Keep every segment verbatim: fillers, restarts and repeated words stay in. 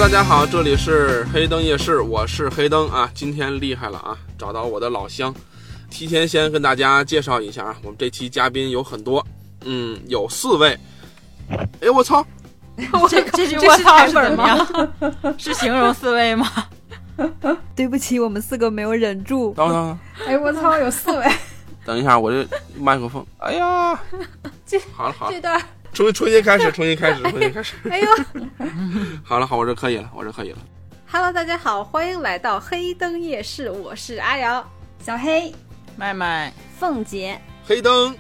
大家好，这里是黑灯夜市，我是黑灯啊。今天厉害了啊，找到我的老乡。提前先跟大家介绍一下啊，我们这期嘉宾有很多，嗯，有四位。哎，我操！ 这这句我操是怎么样？是形容四位吗？ 对不起，我们四个没有忍住。 等等， 哎，我操，有四位。 等一下，我这麦克风，哎呀， 这好了好了， 这段重重新开始，重新开始，重新开始。 哎呦， 好了好，我这可以了，我这可以了。 Hello， 大家好，欢迎来到黑灯夜市，我是阿瑶、 小黑、 麦麦、 凤姐、 黑灯。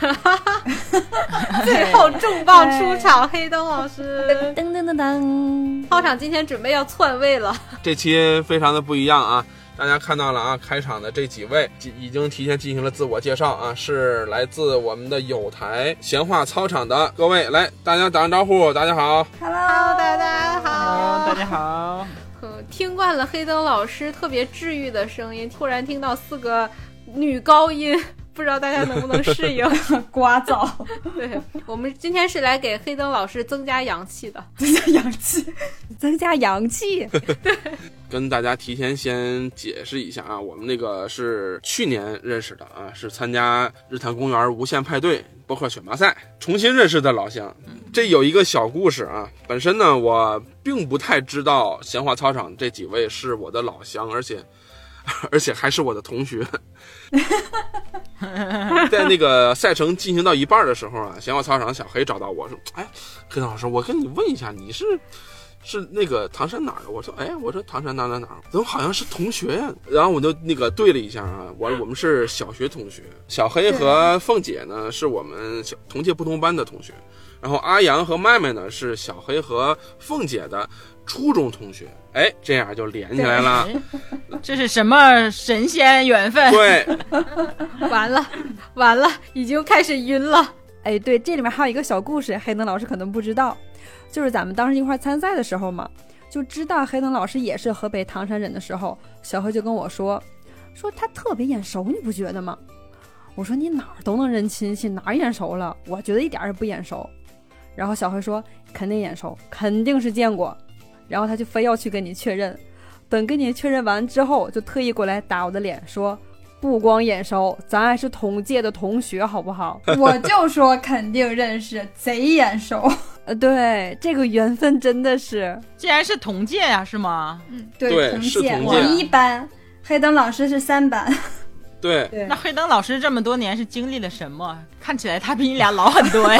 最后重磅出场，黑灯老师， 噔噔噔噔， 操场今天准备要篡位了。 这期非常的不一样啊，大家看到了啊，开场的这几位已经提前进行了自我介绍啊，是来自我们的有台闲话操场的各位，来大家打声招呼，大家好。 Hello， 大家好。 Hello， 大家好。 嗯，听惯了黑灯老师特别治愈的声音，突然听到四个女高音，不知道大家能不能适应。 聒噪。 对，我们今天是来给黑灯老师增加阳气的。 增加阳气，增加阳气。 对， 跟大家提前先解释一下啊，我们那个是去年认识的啊，是参加日坛公园无限派对播客选拔赛重新认识的老乡。这有一个小故事啊，本身呢我并不太知道闲话操场这几位是我的老乡，而且而且还是我的同学。在那个赛程进行到一半的时候啊，闲话操场小黑找到我说，哎，黑灯老师，我跟你问一下，你是是那个唐山哪儿的？我说，哎，我说唐山哪哪哪儿，怎么好像是同学呀？然后我就那个对了一下啊，我我们是小学同学，小黑和凤姐呢是我们小同届不同班的同学，然后阿阳和麦麦呢是小黑和凤姐的初中同学，哎，这样就连起来了。 这是什么神仙缘分？ 对， 完了完了，已经开始晕了。 哎，对，这里面还有一个小故事，黑灯老师可能不知道，就是咱们当时一块参赛的时候嘛，就知道黑灯老师也是河北唐山人的时候，小黑就跟我说，说他特别眼熟，你不觉得吗？我说你哪儿都能认亲戚，哪儿眼熟了？我觉得一点也不眼熟。然后小黑说肯定眼熟，肯定是见过。然后他就非要去跟你确认，等跟你确认完之后，就特意过来打我的脸，说不光眼熟，咱还是同届的同学，好不好？ 我就说肯定认识，贼眼熟。 呃，对，这个缘分真的是， 竟然是同届呀、啊，是吗？ 嗯， 对， 对，同届，我一班，黑灯老师是三班。 对， 对， 那黑灯老师这么多年是经历了什么？看起来他比你俩老很多哎。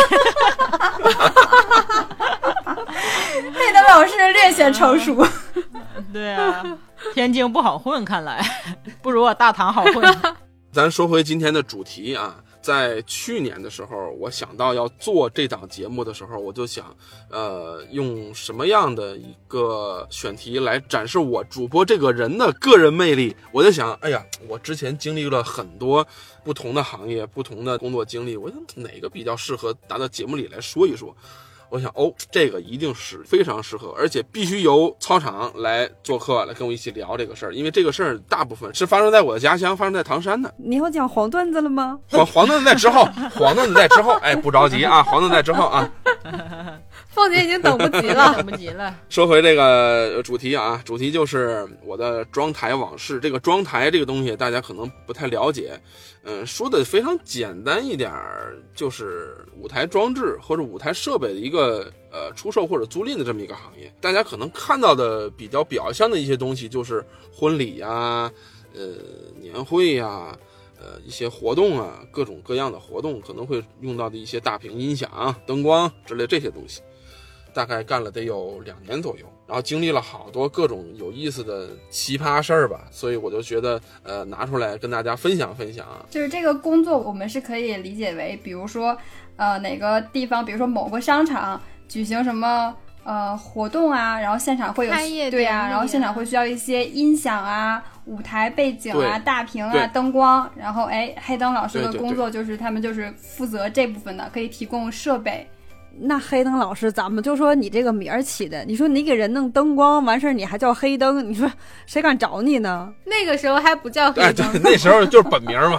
黑灯老师略显成熟。 对啊，天津不好混，看来不如我大唐好混。 咱说回今天的主题啊，在去年的时候，我想到要做这档节目的时候，我就想，呃，用什么样的一个选题来展示我主播这个人的个人魅力？我就想，哎呀，我之前经历了很多不同的行业、不同的工作经历，我想哪个比较适合拿到节目里来说一说。我想哦，这个一定是非常适合，而且必须由操场来做客，来跟我一起聊这个事儿，因为这个事儿大部分是发生在我的家乡，发生在唐山的。 你要讲黄段子了吗？ 黄黄段子在之后，黄段子在之后，哎，不着急啊，黄段子在之后啊。 凤姐已经等不及了， 等不及了。 说回这个主题啊，主题就是我的妆台往事。这个妆台这个东西，大家可能不太了解。嗯，说的非常简单一点，就是舞台装置或者舞台设备的一个呃出售或者租赁的这么一个行业。大家可能看到的比较表象的一些东西，就是婚礼呀、呃年会呀、呃一些活动啊，各种各样的活动可能会用到的一些大屏音响、灯光之类这些东西。大概干了得有两年左右，然后经历了好多各种有意思的奇葩事儿吧，所以我就觉得呃拿出来跟大家分享分享啊。 就是这个工作我们是可以理解为，比如说呃哪个地方，比如说某个商场举行什么呃活动啊，然后现场会有开业对啊， 典礼啊然后现场会需要一些音响啊、舞台背景啊、 对大屏对啊、灯光，然后哎黑灯老师的对对对工作就是他们就是负责这部分的，可以提供设备。 那黑灯老师，咱们就说你这个名儿起的，你说你给人弄灯光完事儿，你还叫黑灯，你说谁敢找你呢？ 那个时候还不叫黑哎， 灯， 对，那时候就是本名嘛，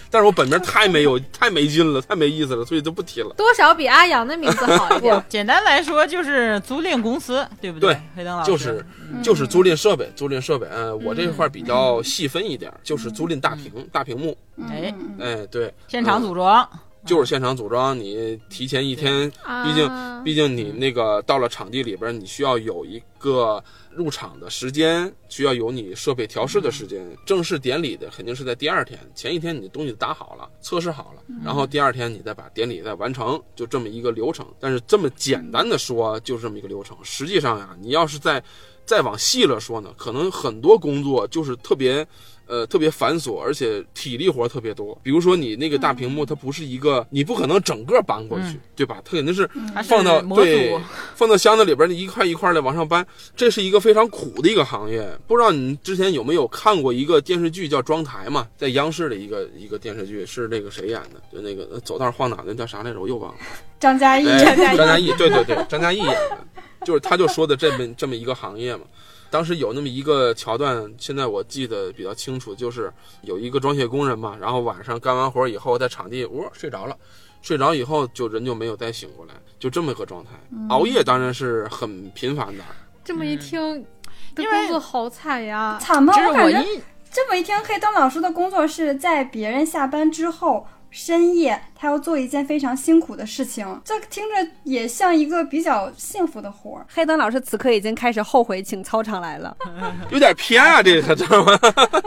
但是我本名太没有太没劲了，太没意思了，所以就不提了。 多少比阿阳的名字好一点。 简单来说就是租赁公司，对不对？ 对， 黑灯老师就是就是租赁设备，租赁设备。嗯，我这块比较细分一点，就是租赁大屏、大屏幕。 哎哎，对， 现场组装。 就是现场组装，你提前一天，毕竟、啊、毕竟你那个到了场地里边，你需要有一个入场的时间，需要有你设备调试的时间。嗯、正式典礼的肯定是在第二天，前一天你的东西搭好了，测试好了，嗯、然后第二天你再把典礼再完成，就这么一个流程。但是这么简单的说，就是这么一个流程。实际上呀，你要是再再往细了说呢，可能很多工作就是特别。呃，特别繁琐，而且体力活特别多。比如说你那个大屏幕，它不是一个，你不可能整个搬过去，嗯、对吧？它肯定是放到、嗯、对，放到箱子里边，一块一块的往上搬。这是一个非常苦的一个行业。不知道你之前有没有看过一个电视剧叫《装台》嘛，在央视的一个一个电视剧，是那个谁演的？就那个走道晃脑袋叫啥来着？我又忘了。 张嘉译， 张嘉译，张嘉译，对对对，张嘉译演的，就是他就说的这么这么一个行业嘛。当时有那么一个桥段，现在我记得比较清楚，就是有一个装卸工人嘛，然后晚上干完活以后在场地我、哦、睡着了，睡着以后就人就没有再醒过来，就这么个状态。嗯、熬夜当然是很频繁的。 这么一听，嗯、的工作好惨呀！ 惨吗？我感觉这么一听，黑灯老师的工作是在别人下班之后。深夜他要做一件非常辛苦的事情，这听着也像一个比较幸福的活。 黑灯老师此刻已经开始后悔请操场来了， 有点偏啊，这个知道吗？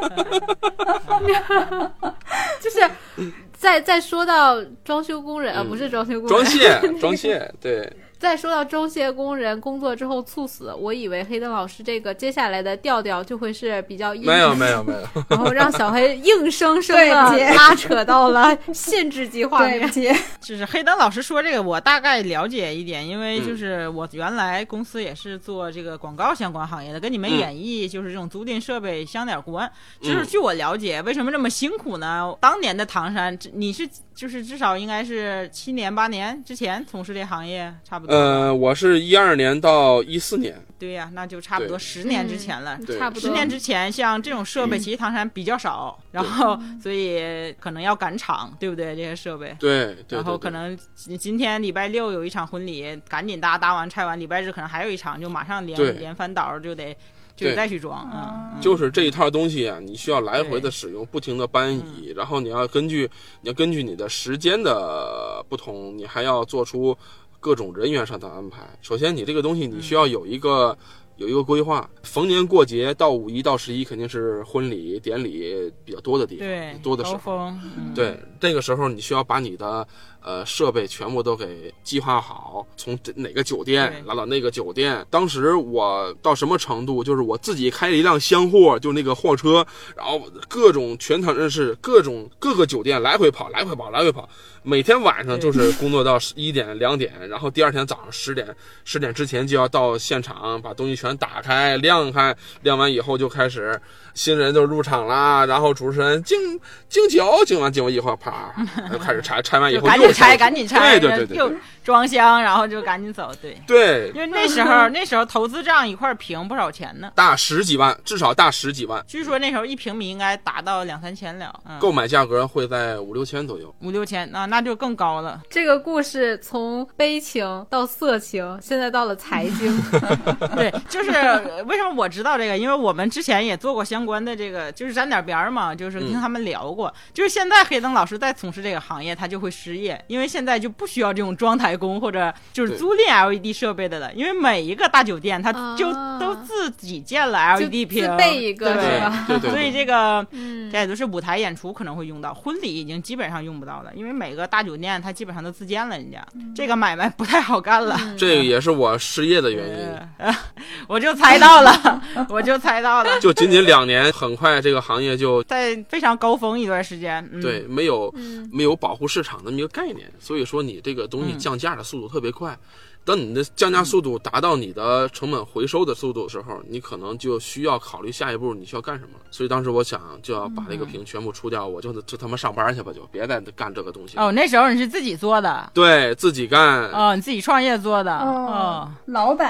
就是再再说到装修工人、嗯、啊，不是装修工人， 装卸装卸对。 再说到装卸工人工作之后猝死，我以为黑灯老师这个接下来的调调就会是比较阴， 没有没有没有， 然后让小黑硬生生的拉扯到了限制级画面。 就是黑灯老师说这个我大概了解一点，因为就是我原来公司也是做这个广告相关行业的，跟你们演艺就是这种租赁设备相点关。嗯、就是据我了解，为什么这么辛苦呢？当年的唐山，你是就是至少应该是七年八年之前从事这行业，差不多。 呃，我是一二年到一四年。 对呀、啊，那就差不多十年之前了。 差不多十年之前，像这种设备其实唐山比较少，嗯、然后所以可能要赶场，对不对？这些设备。 对。对对然后可能今天礼拜六有一场婚礼，赶紧搭搭完拆完，礼拜日可能还有一场，就马上连连翻倒就得。就再去装，嗯， 就是这一套东西啊，你需要来回的使用，不停的搬移，然后你要根据你要根据你的时间的不同，你还要做出各种人员上的安排。首先，你这个东西你需要有一个。嗯有一个规划，逢年过节到五一到十一肯定是婚礼典礼比较多的地方， 对， 多的时候， 嗯、 对，这个时候你需要把你的呃设备全部都给计划好，从哪个酒店来到那个酒店。当时我到什么程度，就是我自己开了一辆厢货，就那个货车，然后各种全场人士，各种各个酒店来回跑，来回跑，来回跑。每天晚上就是工作到一点两点，然后第二天早上十点十点之前就要到现场，把东西全打开晾开，晾完以后就开始新人就入场啦，然后主持人敬敬酒，敬完敬完以后啪就开始拆，拆完以后赶紧拆赶紧拆， 对对对对， 又装箱，然后就赶紧走，对对， 因为那时候那时候投资账一块平不少钱呢， 大十几万，至少大十几万， 据说那时候一平米应该达到两三千了， 嗯、购买价格会在五六千左右， 五六千啊。那就更高了。 这个故事从悲情到色情，现在到了财经。 对，就是为什么我知道这个？因为我们之前也做过相关的这个，就是沾点边嘛，就是听他们聊过。嗯、就是现在黑灯老师在从事这个行业，他就会失业，因为现在就不需要这种装台工或者就是租赁 L E D 设备的了，因为每一个大酒店他就都自己建了 L E D 屏， 自备一个， 对吧？对对对， 所以这个这也都是舞台演出可能会用到，婚礼已经基本上用不到了，因为每个大酒店他基本上都自建了，人家、嗯、这个买卖不太好干了。 这个也是我失业的原因， 呃、我就猜到了，我就猜到了。 就仅仅两年，很快这个行业就在非常高峰一段时间。嗯、 对，没有、嗯、没有保护市场的那么一个概念，所以说你这个东西降价的速度特别快。嗯当你的降价速度达到你的成本回收的速度的时候，你可能就需要考虑下一步你需要干什么。所以当时我想就要把这个屏全部出掉，我就就他妈上班去吧，就别再干这个东西。 哦，那时候你是自己做的？ 对，自己干。 哦，你自己创业做的。 哦，老板。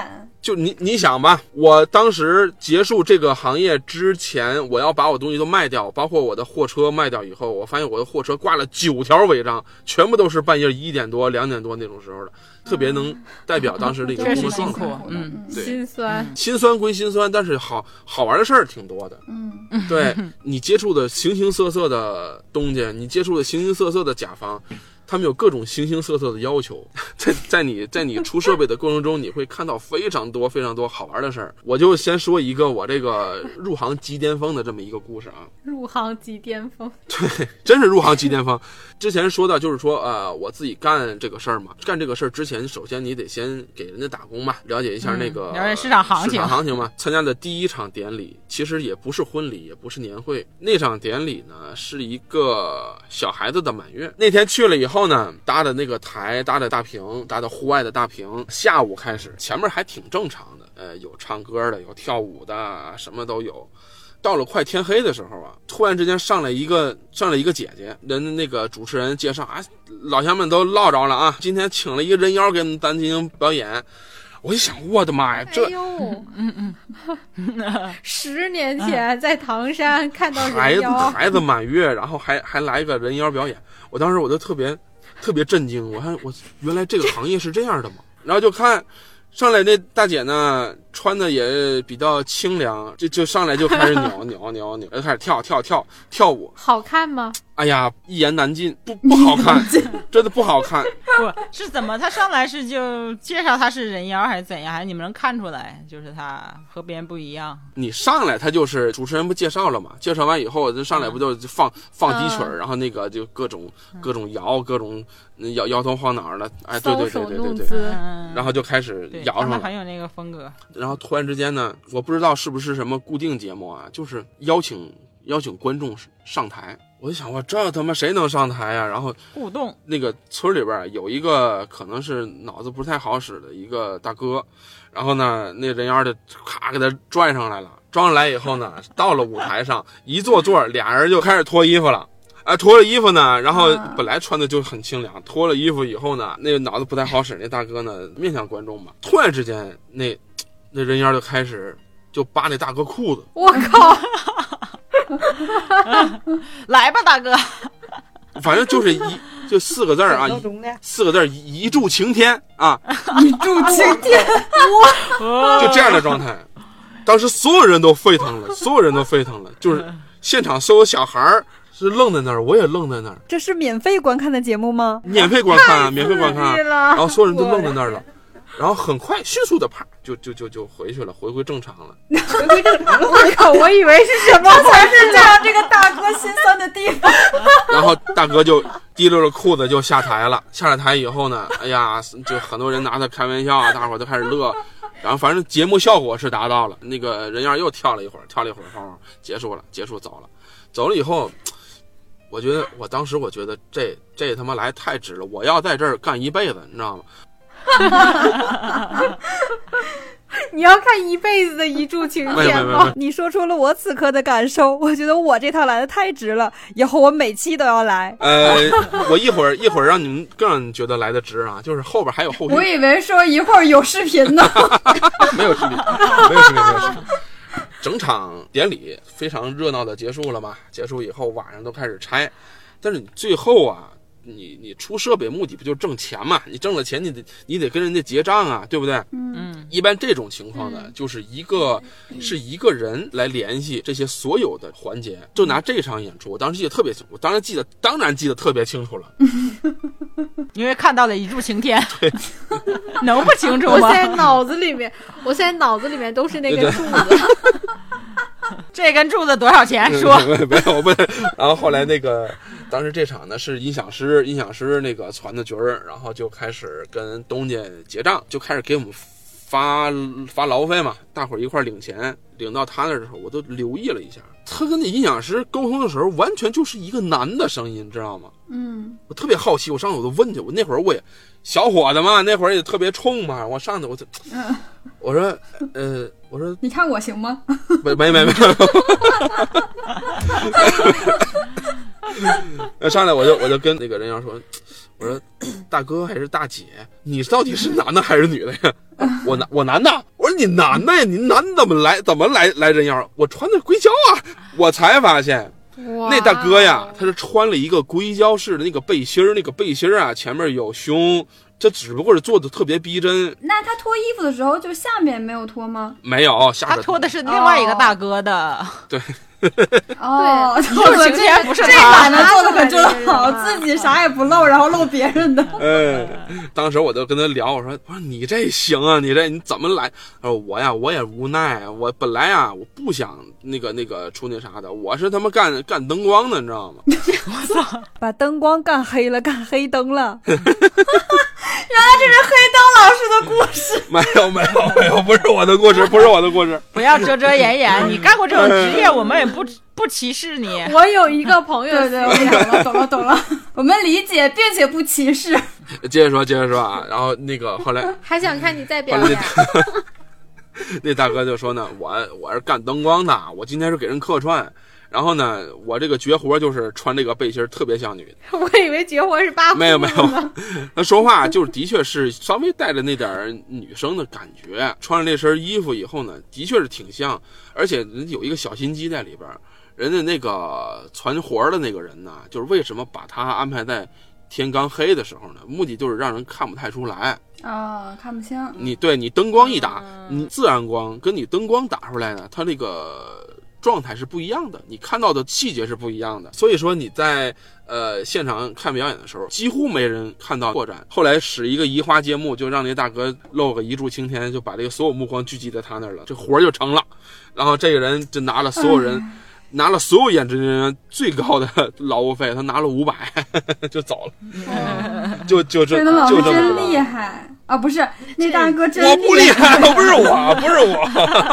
就你你想吧，我当时结束这个行业之前，我要把我东西都卖掉，包括我的货车卖掉以后，我发现我的货车挂了九条违章，全部都是半夜一点多、两点多那种时候的，特别能代表当时的一个工作状态。 嗯， 对， 心酸， 心酸归心酸，但是好好玩的事儿挺多的。 嗯， 对你接触的形形色色的东家，你接触的形形色色的甲方。他们有各种形形色色的要求，在在你在你出设备的过程中，你会看到非常多非常多好玩的事儿。我就先说一个我这个入行即巅峰的这么一个故事啊。 入行即巅峰， 对，真是入行即巅峰。之前说到就是说，呃，我自己干这个事儿嘛，干这个事儿之前，首先你得先给人家打工嘛，了解一下那个、 嗯、了解市场行情， 市场行情嘛。参加的第一场典礼，其实也不是婚礼，也不是年会，那场典礼呢是一个小孩子的满月。那天去了以后呢，搭的那个台，搭的大屏，搭的户外的大屏，下午开始，前面还挺正常的，呃，有唱歌的，有跳舞的，什么都有。到了快天黑的时候啊，突然之间上来一个上来一个姐姐，人那个主持人介绍啊，老乡们都落着了啊，今天请了一个人妖给咱进行表演。我一想，我的妈呀，这， 哎呦， 嗯嗯，十年前在唐山看到孩子人妖， 孩子满月，然后还还来一个人妖表演，我当时我就特别特别震惊，我看我原来这个行业是这样的吗？然后就看。上来那大姐呢，穿的也比较清凉，就就上来就开始扭扭扭扭，开始跳跳跳跳舞， 好看吗？ 哎呀，一言难尽，不不好看，真的不好看。 不是怎么他上来是就介绍他是人妖还是怎样，还是你们能看出来就是他和别人不一样？ 你上来他就是主持人不介绍了嘛，介绍完以后就上来不就放、嗯、放低曲儿、嗯，然后那个就各种各种摇，各种摇摇头晃脑的，哎，对对对对对对， 嗯、 然后就开始摇上了， 很有那个风格。 然后突然之间呢，我不知道是不是什么固定节目啊，就是邀请邀请观众上台。我就想，我这他妈谁能上台呀、啊？然后互动， 那个村里边有一个可能是脑子不是太好使的一个大哥，然后呢，那人妖就咔给他拽上来了，拽上来以后呢，到了舞台上一坐座，俩人就开始脱衣服了。啊，脱了衣服呢，然后本来穿的就很清凉，脱了衣服以后呢，那个脑子不太好使那大哥呢，面向观众嘛，突然之间，那那人妖就开始就扒那大哥裤子， 我靠！ 来吧，大哥！ 反正就是一就四个字啊，四个字一一柱擎天啊， 一柱擎天， 哇！就这样的状态，当时所有人都沸腾了，所有人都沸腾了，就是现场所有小孩是愣在那儿，我也愣在那儿。 这是免费观看的节目吗？ 免费观看啊，免费观看、啊，然后所有人都愣在那儿了。然后很快迅速的啪就就就就回去了，回归正常了。 回归正常了， 我靠！我以为是什么才是这样这个大哥心酸的地方。 然后大哥就提溜着裤子就下台了。下了台以后呢，哎呀，就很多人拿他开玩笑啊，大伙都开始乐。然后反正节目效果是达到了，那个人妖又跳了一会儿，跳了一会儿，后结束了，结束走了。走了以后，我觉得我当时我觉得这这他妈来太值了，我要在这儿干一辈子，你知道吗？ 你要看一辈子的一柱擎天吗？ 你说出了我此刻的感受，我觉得我这套来的太值了，以后我每期都要来。 呃，我一会儿一会儿让你们更让你觉得来的值啊，就是后边还有后续。 我以为说一会儿有视频呢， 没有视频，没有视频，没有视频。整场典礼非常热闹的结束了嘛，结束以后晚上都开始拆，但是你最后啊。你你出设备目的不就是挣钱嘛？你挣了钱，你得你得跟人家结账啊，对不对？ 嗯， 一般这种情况呢，嗯、就是一个是一个人来联系这些所有的环节。就拿这场演出，我当时记得特别清楚，当然记得当然记得特别清楚了， 因为看到了一柱擎天，对，能不清楚吗？ 我现在脑子里面，我现在脑子里面都是那根柱子。 这根柱子多少钱？说没有，我不。然后后来那个，当时这场呢是音响师，音响师那个传的角儿，然后就开始跟东家结账，就开始给我们发发劳费嘛，大伙儿一块领钱，领到他那的时候，我都留意了一下，他跟那音响师沟通的时候，完全就是一个男的声音，知道吗？ 嗯， 我特别好奇，我上去我都问去，我那会儿我也小伙子嘛，那会儿也特别冲嘛，我上去我就，嗯、我说，呃。我说你看我行吗？ 没没没没。上来我就我就跟那个人妖说，我说大哥还是大姐，你到底是男的还是女的呀？我男我男的， 我说你男的呀，你男的怎么来怎么来来这样？我穿的硅胶啊，我才发现。那大哥呀，他是穿了一个硅胶式的那个背心儿，那个背心儿啊，前面有胸，这只不过是做的特别逼真。 那他脱衣服的时候，就下面没有脱吗？ 没有，下他脱的是另外一个大哥的。 哦、对。 哦， 就是今天不是这版的做的可真好，自己啥也不露，然后露别人的。 嗯，当时我就跟他聊，我说：“我说你这行啊，你这你怎么来？”他说：“我呀，我也无奈，我本来啊，我不想那个那个出那啥的，我是他妈干干灯光的，你知道吗？” 我操， 把灯光干黑了，干黑灯了。 原来这是黑灯老师的故事。 没有没有没有，不是我的故事，不是我的故事。 不要遮遮掩掩，你干过这种职业，我们也不不歧视你。 我有一个朋友， 对对，我懂了懂了懂了，我们理解并且不歧视。 接着说接着说啊，然后那个后来还想看你再表演。 那大哥就说呢，我我是干灯光的，我今天是给人客串。然后呢，我这个绝活就是穿这个背心特别像女的。 我以为绝活是八虎。 没有没有，他说话就是的确是稍微带着那点女生的感觉。穿了这身衣服以后呢，的确是挺像，而且有一个小心机在里边。人家那个传活的那个人呢，就是为什么把他安排在天刚黑的时候呢？目的就是让人看不太出来。 哦，看不清。 你对你灯光一打，你自然光跟你灯光打出来的，它那个状态是不一样的，你看到的细节是不一样的。所以说你在呃现场看表演的时候，几乎没人看到破绽。后来使一个移花接木，就让那大哥露个一柱擎天，就把这个所有目光聚集在他那儿了，这活就成了。然后这个人就拿了所有人。嗯拿了所有演职人员最高的劳务费，他拿了五百就走了，嗯、就就这， 这老师就这么真厉害啊！不是那大哥真我不厉害，不是我，不是我，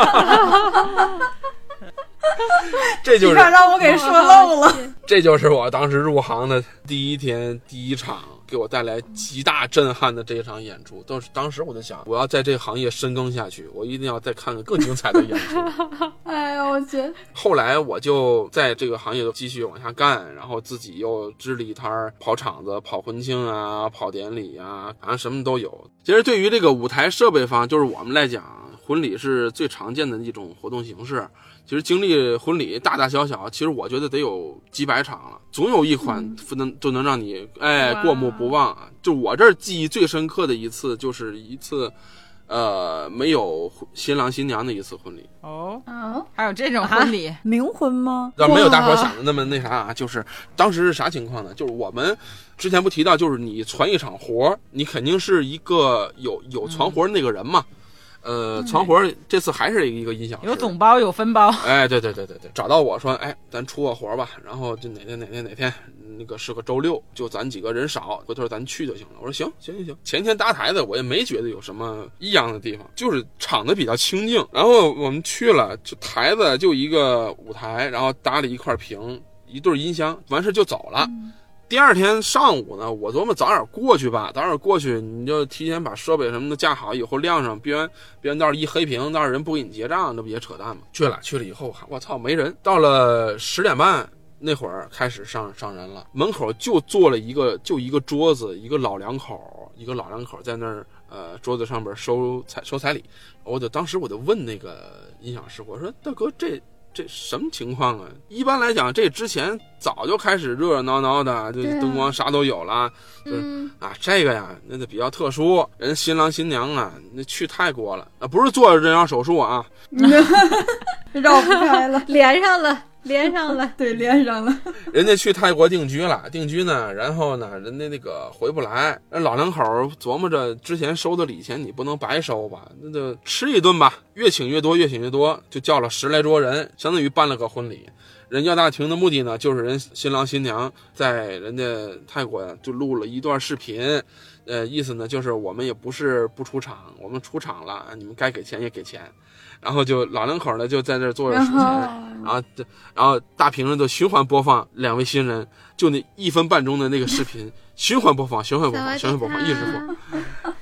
这就是你让我给说漏了。 这就是我当时入行的第一天第一场。给我带来极大震撼的这一场演出，都是当时我就想，我要在这个行业深耕下去，我一定要再看看更精彩的演出。 哎呦，我觉得。 后来我就在这个行业继续往下干，然后自己又支了一摊跑场子、跑婚庆啊、跑典礼啊，反正什么都有。其实对于这个舞台设备方，就是我们来讲，婚礼是最常见的一种活动形式。其实经历婚礼大大小小，其实我觉得得有几百场了，总有一款能就能让你哎过目不忘啊。就我这儿记忆最深刻的一次，就是一次呃没有新郎新娘的一次婚礼。 哦哦，还有这种婚礼、 啊、冥婚吗？ 但没有大伙想的那么那啥啊。就是当时是啥情况呢？就是我们之前不提到，就是你传一场活，你肯定是一个有有传活的那个人嘛。嗯呃，传活这次还是一个音响师， 有总包有分包。 哎，对对对对对，找到我说，哎，咱出个活吧，然后就哪天哪天哪天，那个是个周六，就咱几个人少，回头咱去就行了。我说行行行行。前天搭台的我也没觉得有什么异样的地方，就是场子比较清静。然后我们去了，就台子就一个舞台，然后搭了一块屏，一对音箱，完事就走了。嗯，第二天上午呢，我琢磨早点过去吧，早点过去你就提前把设备什么的架好，以后晾上，别人别人到时候一黑屏，到时候人不给你结账，这不也扯淡吗？去了去了以后，我操，没人。到了十点半那会儿开始上上人了，门口就坐了一个就一个桌子，一个老两口，一个老两口在那儿，呃，桌子上边收彩收彩礼。我就当时我就问那个音响师，我说大哥这。这什么情况啊？一般来讲，这之前早就开始热热闹闹的，就灯光啥都有了。就是、嗯、啊，这个呀，那就比较特殊。人新郎新娘啊，那去泰国了啊，不是做人妖手术啊， 绕不开了， 连上了。连上了， 对，连上了。 人家去泰国定居了，定居呢，然后呢，人家那个回不来。老两口琢磨着，之前收的礼钱你不能白收吧，那就吃一顿吧，越请越多，越请越多，就叫了十来桌人，相当于办了个婚礼。人要大庭的目的呢，就是人新郎新娘在人家泰国呀就录了一段视频，呃，意思呢就是我们也不是不出场，我们出场了，你们该给钱也给钱。然后就老两口呢就在这坐着数钱，然后然后大屏上就循环播放两位新人就那一分半钟的那个视频，循环播放循环播放循环播放一直播，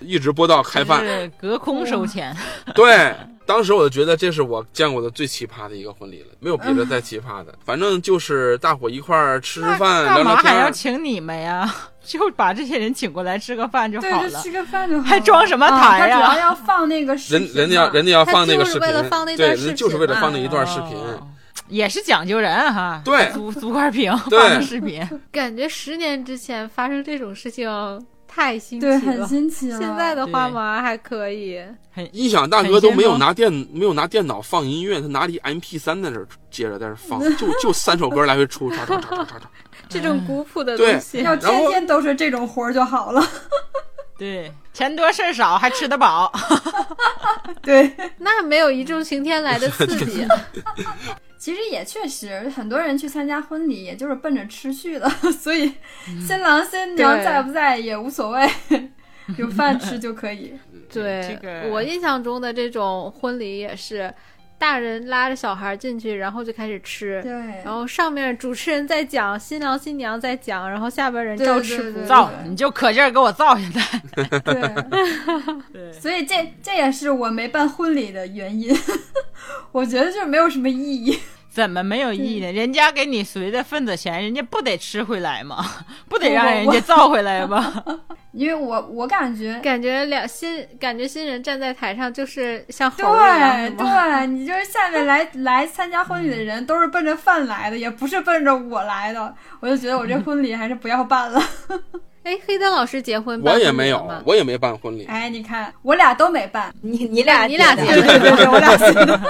一直播到开饭， 是隔空收钱。 对。当时我就觉得这是我见过的最奇葩的一个婚礼了，没有别的再奇葩的，反正就是大伙一块儿吃吃饭，聊聊天。 干嘛还要请你们呀？就把这些人请过来吃个饭就好了。 对，就吃个饭就好了。 还装什么台呀？ 啊、他主要要放那个视频， 人人家要人家要放那个视频， 为了放那段视频， 对，就是为了放那一段视频。 哦也是讲究人哈， 对， 租租块屏放视频， 感觉十年之前发生这种事情太新奇了， 对，很新奇了。 现在的话嘛还可以。 音响大哥都没有拿电没有拿电脑放音乐，他拿了一 M P 三 在那接着在那放，就就三首歌来回出，唰唰唰唰唰。 这种古朴的东西， 要天天都是这种活儿就好了。 对，钱多事少，还吃得饱。 对， 那没有一柱擎天来的刺激。 其实也确实，很多人去参加婚礼，也就是奔着吃去的，所以新郎新娘在不在也无所谓，有饭吃就可以。 对、 这个， 我印象中的这种婚礼也是，大人拉着小孩进去，然后就开始吃， 对， 然后上面主持人在讲，新郎新娘在讲，然后下边人照吃不误。 造，你就可劲儿给我造现在。 对，对，所以这这也是我没办婚礼的原因。我觉得就是没有什么意义。 怎么没有意义呢？人家给你随的份子钱，人家不得吃回来吗？不得让人家造回来吗？ 因为我我感觉感觉两新感觉新人站在台上就是像猴一样， 对对，你就是下面来来参加婚礼的人都是奔着饭来的，也不是奔着我来的，我就觉得我这婚礼还是不要办了。 哎，黑灯老师结婚我也没有，我也没办婚礼。 哎，你看我俩都没办， 你你俩你俩对对对对，我俩结的。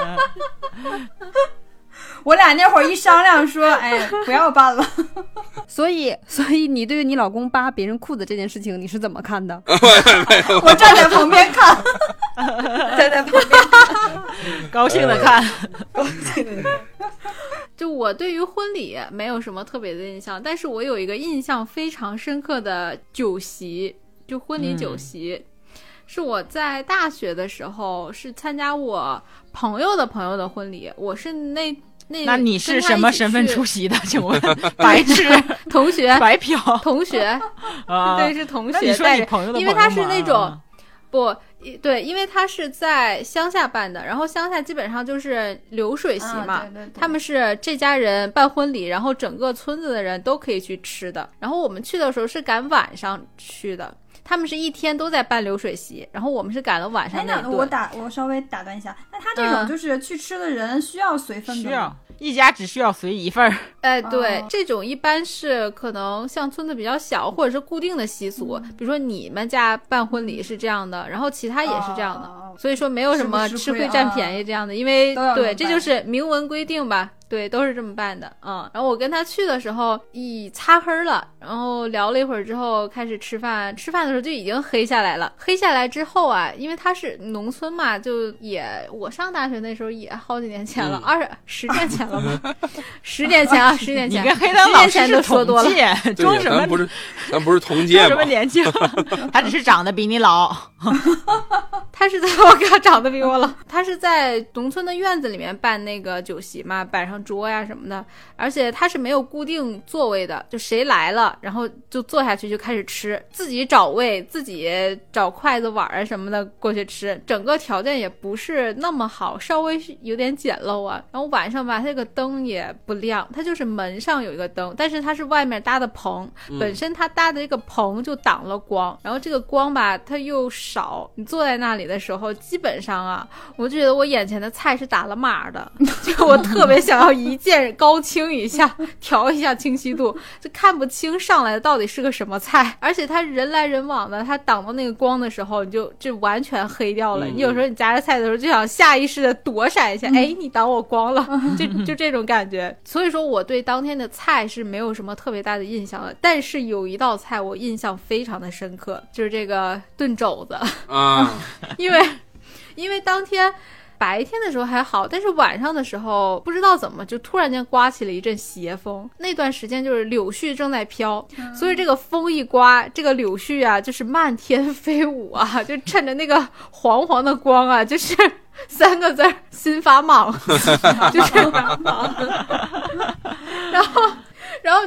我俩那会儿一商量说，哎，不要办了。 所以，所以你对于你老公扒别人裤子这件事情，你是怎么看的？ 我站在旁边看， 站在旁边看， 高兴的看， 高兴的看。 就我对于婚礼没有什么特别的印象，但是我有一个印象非常深刻的酒席，就婚礼酒席。嗯，是我在大学的时候是参加我朋友的朋友的婚礼，我是那那那你是什么身份出席的？请问白痴同学白嫖同学啊？ 对，是同学。 那你说你朋友的朋友吗？ 因为他是那种不对，因为他是在乡下办的，然后乡下基本上就是流水席嘛， 啊、对对对， 他们是这家人办婚礼，然后整个村子的人都可以去吃的。然后我们去的时候是赶晚上去的。他们是一天都在办流水席，然后我们是赶了晚上那一顿。 哎，那我打我稍微打断一下，那他这种就是去吃的人需要随份的吗？ 需要，一家只需要随一份儿。 哎，对、 哦， 这种一般是可能像村子比较小，或者是固定的习俗，嗯、比如说你们家办婚礼是这样的，然后其他也是这样的， 哦、 所以说没有什么吃亏占便宜这样的，因为对，这就是明文规定吧。对，都是这么办的，嗯。然后我跟他去的时候，一擦黑了，然后聊了一会儿之后，开始吃饭。吃饭的时候就已经黑下来了。黑下来之后啊，因为他是农村嘛，就也我上大学那时候也好几年前了，二、嗯、十年前了吧？十年前啊，十年前。 你跟黑灯老师是说多了， 装什么？ 咱不是，咱不是同届吗？ 什么年纪？他只是长得比你老。 他是在我哥长得比我老，他是在农村的院子里面办那个酒席嘛，摆上桌呀什么的，而且他是没有固定座位的，就谁来了，然后就坐下去就开始吃，自己找位，自己找筷子碗啊什么的过去吃，整个条件也不是那么好，稍微有点简陋啊。然后晚上吧，他这个灯也不亮，他就是门上有一个灯，但是他是外面搭的棚，本身他搭的这个棚就挡了光，然后这个光吧它又少，你坐在那里的时候，基本上啊，我觉得我眼前的菜是打了码的，就我特别想要一键高清一下，调一下清晰度，就看不清上来的到底是个什么菜。而且他人来人往的，他挡到那个光的时候，你就就完全黑掉了。嗯、你有时候你夹着菜的时候，就想下意识的躲闪一下，哎、嗯，你挡我光了，就就这种感觉。所以说我对当天的菜是没有什么特别大的印象的，但是有一道菜我印象非常的深刻，就是这个炖肘子啊， 因为因为当天白天的时候还好，但是晚上的时候不知道怎么就突然间刮起了一阵邪风，那段时间就是柳絮正在飘、嗯、所以这个风一刮，这个柳絮啊就是漫天飞舞啊，就趁着那个黄黄的光啊，就是三个字心发莽就是然后然后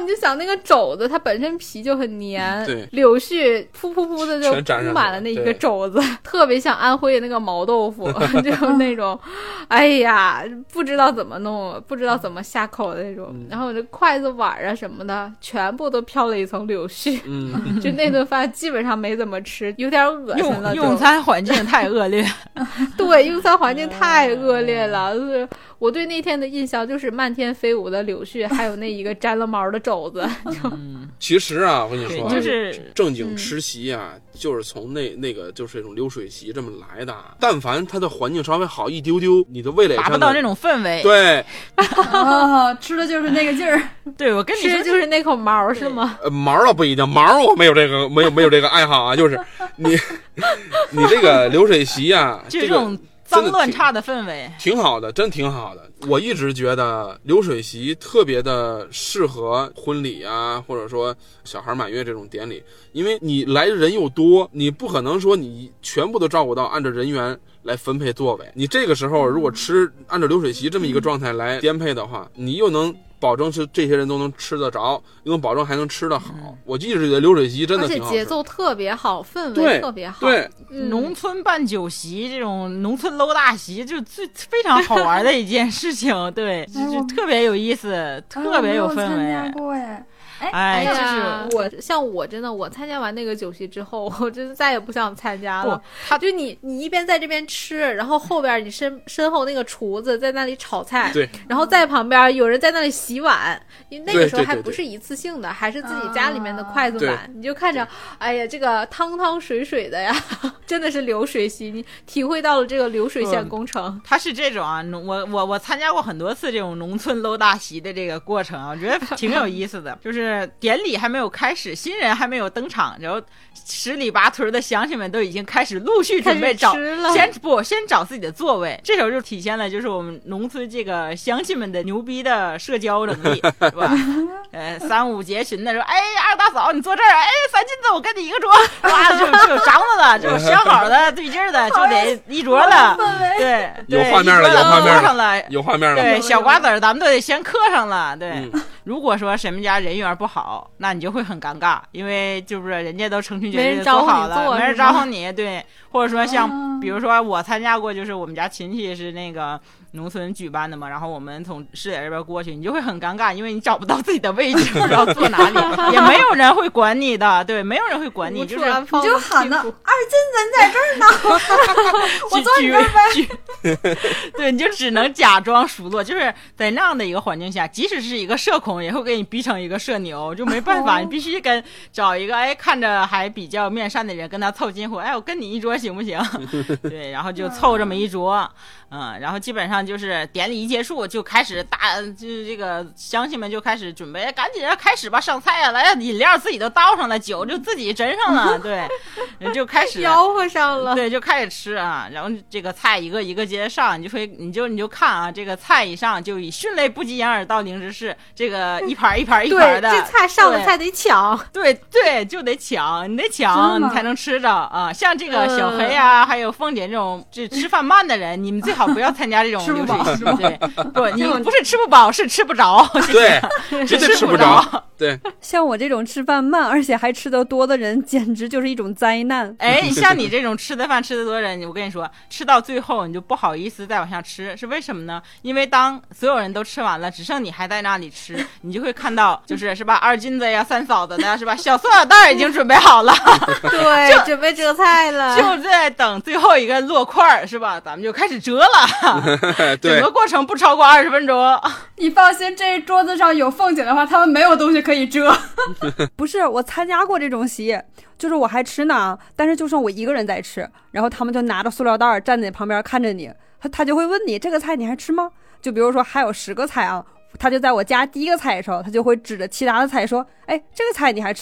你就想那个肘子，它本身皮就很黏， 对， 柳絮噗噗噗的就全沾上铺满了那一个肘子，特别像安徽的那个毛豆腐，就是那种，哎呀，不知道怎么弄，不知道怎么下口的那种。嗯、然后这筷子碗啊什么的，全部都飘了一层柳絮，嗯，就那顿饭基本上没怎么吃，有点恶心了。 用用餐环境太恶劣， 对，用餐环境太恶劣了。就是我对那天的印象就是漫天飞舞的柳絮，还有那一个沾了毛的肘子。 嗯、其实啊，我跟你说， 就是正经吃席啊，嗯、就是从那那个就是这种流水席这么来的。但凡它的环境稍微好一丢丢，你的味蕾上达不到那种氛围。 对， 哦，吃的就是那个劲儿。 对，我跟你说， 吃就是那口毛是吗？ 呃，毛倒不一定，毛我没有这个没有没有这个爱好啊，就是你你这个流水席啊， 就这种脏乱差的氛围， 挺好的，真挺好的。我一直觉得流水席特别的适合婚礼啊，或者说小孩满月这种典礼，因为你来人又多，你不可能说你全部都照顾到，按照人员来分配座位。你这个时候如果吃按照流水席这么一个状态来颠配的话，你又能保证是这些人都能吃得着，又能保证还能吃得好。嗯、我一直觉得流水席真的挺好吃， 而且节奏特别好，氛围特别好。 对， 嗯、农村办酒席这种农村搂大席，就最非常好玩的一件事情。对，就就特别有意思，哎、特别有氛围。 参加过哎。 哎，就是我像我真的，我参加完那个酒席之后，我真的再也不想参加了。他就你你一边在这边吃，然后后边你身身后那个厨子在那里炒菜， 对， 然后在旁边有人在那里洗碗，因为那个时候还不是一次性的，还是自己家里面的筷子碗，你就看着，哎呀，这个汤汤水水的呀，真的是流水席，你体会到了这个流水线工程。 嗯、它是这种啊，我我我参加过很多次这种农村搂大席的这个过程啊，我觉得挺有意思的，就是。典礼还没有开始，新人还没有登场，然后十里八村的乡亲们都已经开始陆续准备找，先不先找自己的座位。这时候就体现了就是我们农村这个乡亲们的牛逼的社交能力，是吧？呃，三五结群的说，哎，二大嫂你坐这儿，哎，三金子我跟你一个桌，哇，就就有张罗的，就有相好的对劲儿的，就得一桌了，对， 有画面了，有画面了， 有画面了， 对，小瓜子儿咱们都得先磕上了，对。嗯、如果说谁们家人缘不好，那你就会很尴尬，因为就是人家都成群结队的做好了，没人招呼你，对，或者说像比如说我参加过，就是我们家亲戚是那个农村举办的嘛，然后我们从市里这边过去，你就会很尴尬，因为你找不到自己的位置，不知道坐哪里，也没有人会管你的，对，没有人会管你，就是你就喊呢，二金子你在这儿呢，我坐你这儿呗， 对，你就只能假装熟络，就是在那样的一个环境下，即使是一个社恐，也会给你逼成一个社牛，就没办法，你必须跟找一个哎看着还比较面善的人跟他凑近乎，哎，我跟你一桌行不行？对，然后就凑这么一桌，嗯，然后基本上就是典礼一结束就开始大，就是这个乡亲们就开始准备，赶紧开始吧，上菜啊，来饮料自己都倒上了，酒就自己斟上了，对，就开始吆喝上了， 对，就开始吃啊，然后这个菜一个一个接着上，你就会你就你就看啊，这个菜一上就以迅雷不及掩耳盗铃之势，这个一盘一盘一盘的， 对，这菜上的菜得抢， 对对，就得抢，你得抢你才能吃着啊。像这个小黑啊，呃、还有凤姐这种就吃饭慢的人，你们最好不要参加这种流水席，对，不，你不是吃不饱，是吃不着， 对，绝对吃不着，对。 像我这种吃饭慢而且还吃得多的人，简直就是一种灾难。 哎，像你这种吃的饭吃得多的人，我跟你说，吃到最后你就不好意思再往下吃，是为什么呢？因为当所有人都吃完了，只剩你还在那里吃，你就会看到，就是是吧，二金子呀、三嫂子的是吧，小塑料袋已经准备好了， 对，准备折菜了， 就在等最后一个落块是吧？咱们就开始折了，整个过程不超过二十分钟。 你放心，这桌子上有凤姐的话，他们没有东西可以折。 不是，我参加过这种席，就是我还吃呢，但是就剩我一个人在吃，然后他们就拿着塑料袋站在旁边看着你，他他就会问你这个菜你还吃吗？就比如说还有十个菜啊，他就在我夹第一个菜的时候，他就会指着其他的菜说，哎，这个菜你还吃吗？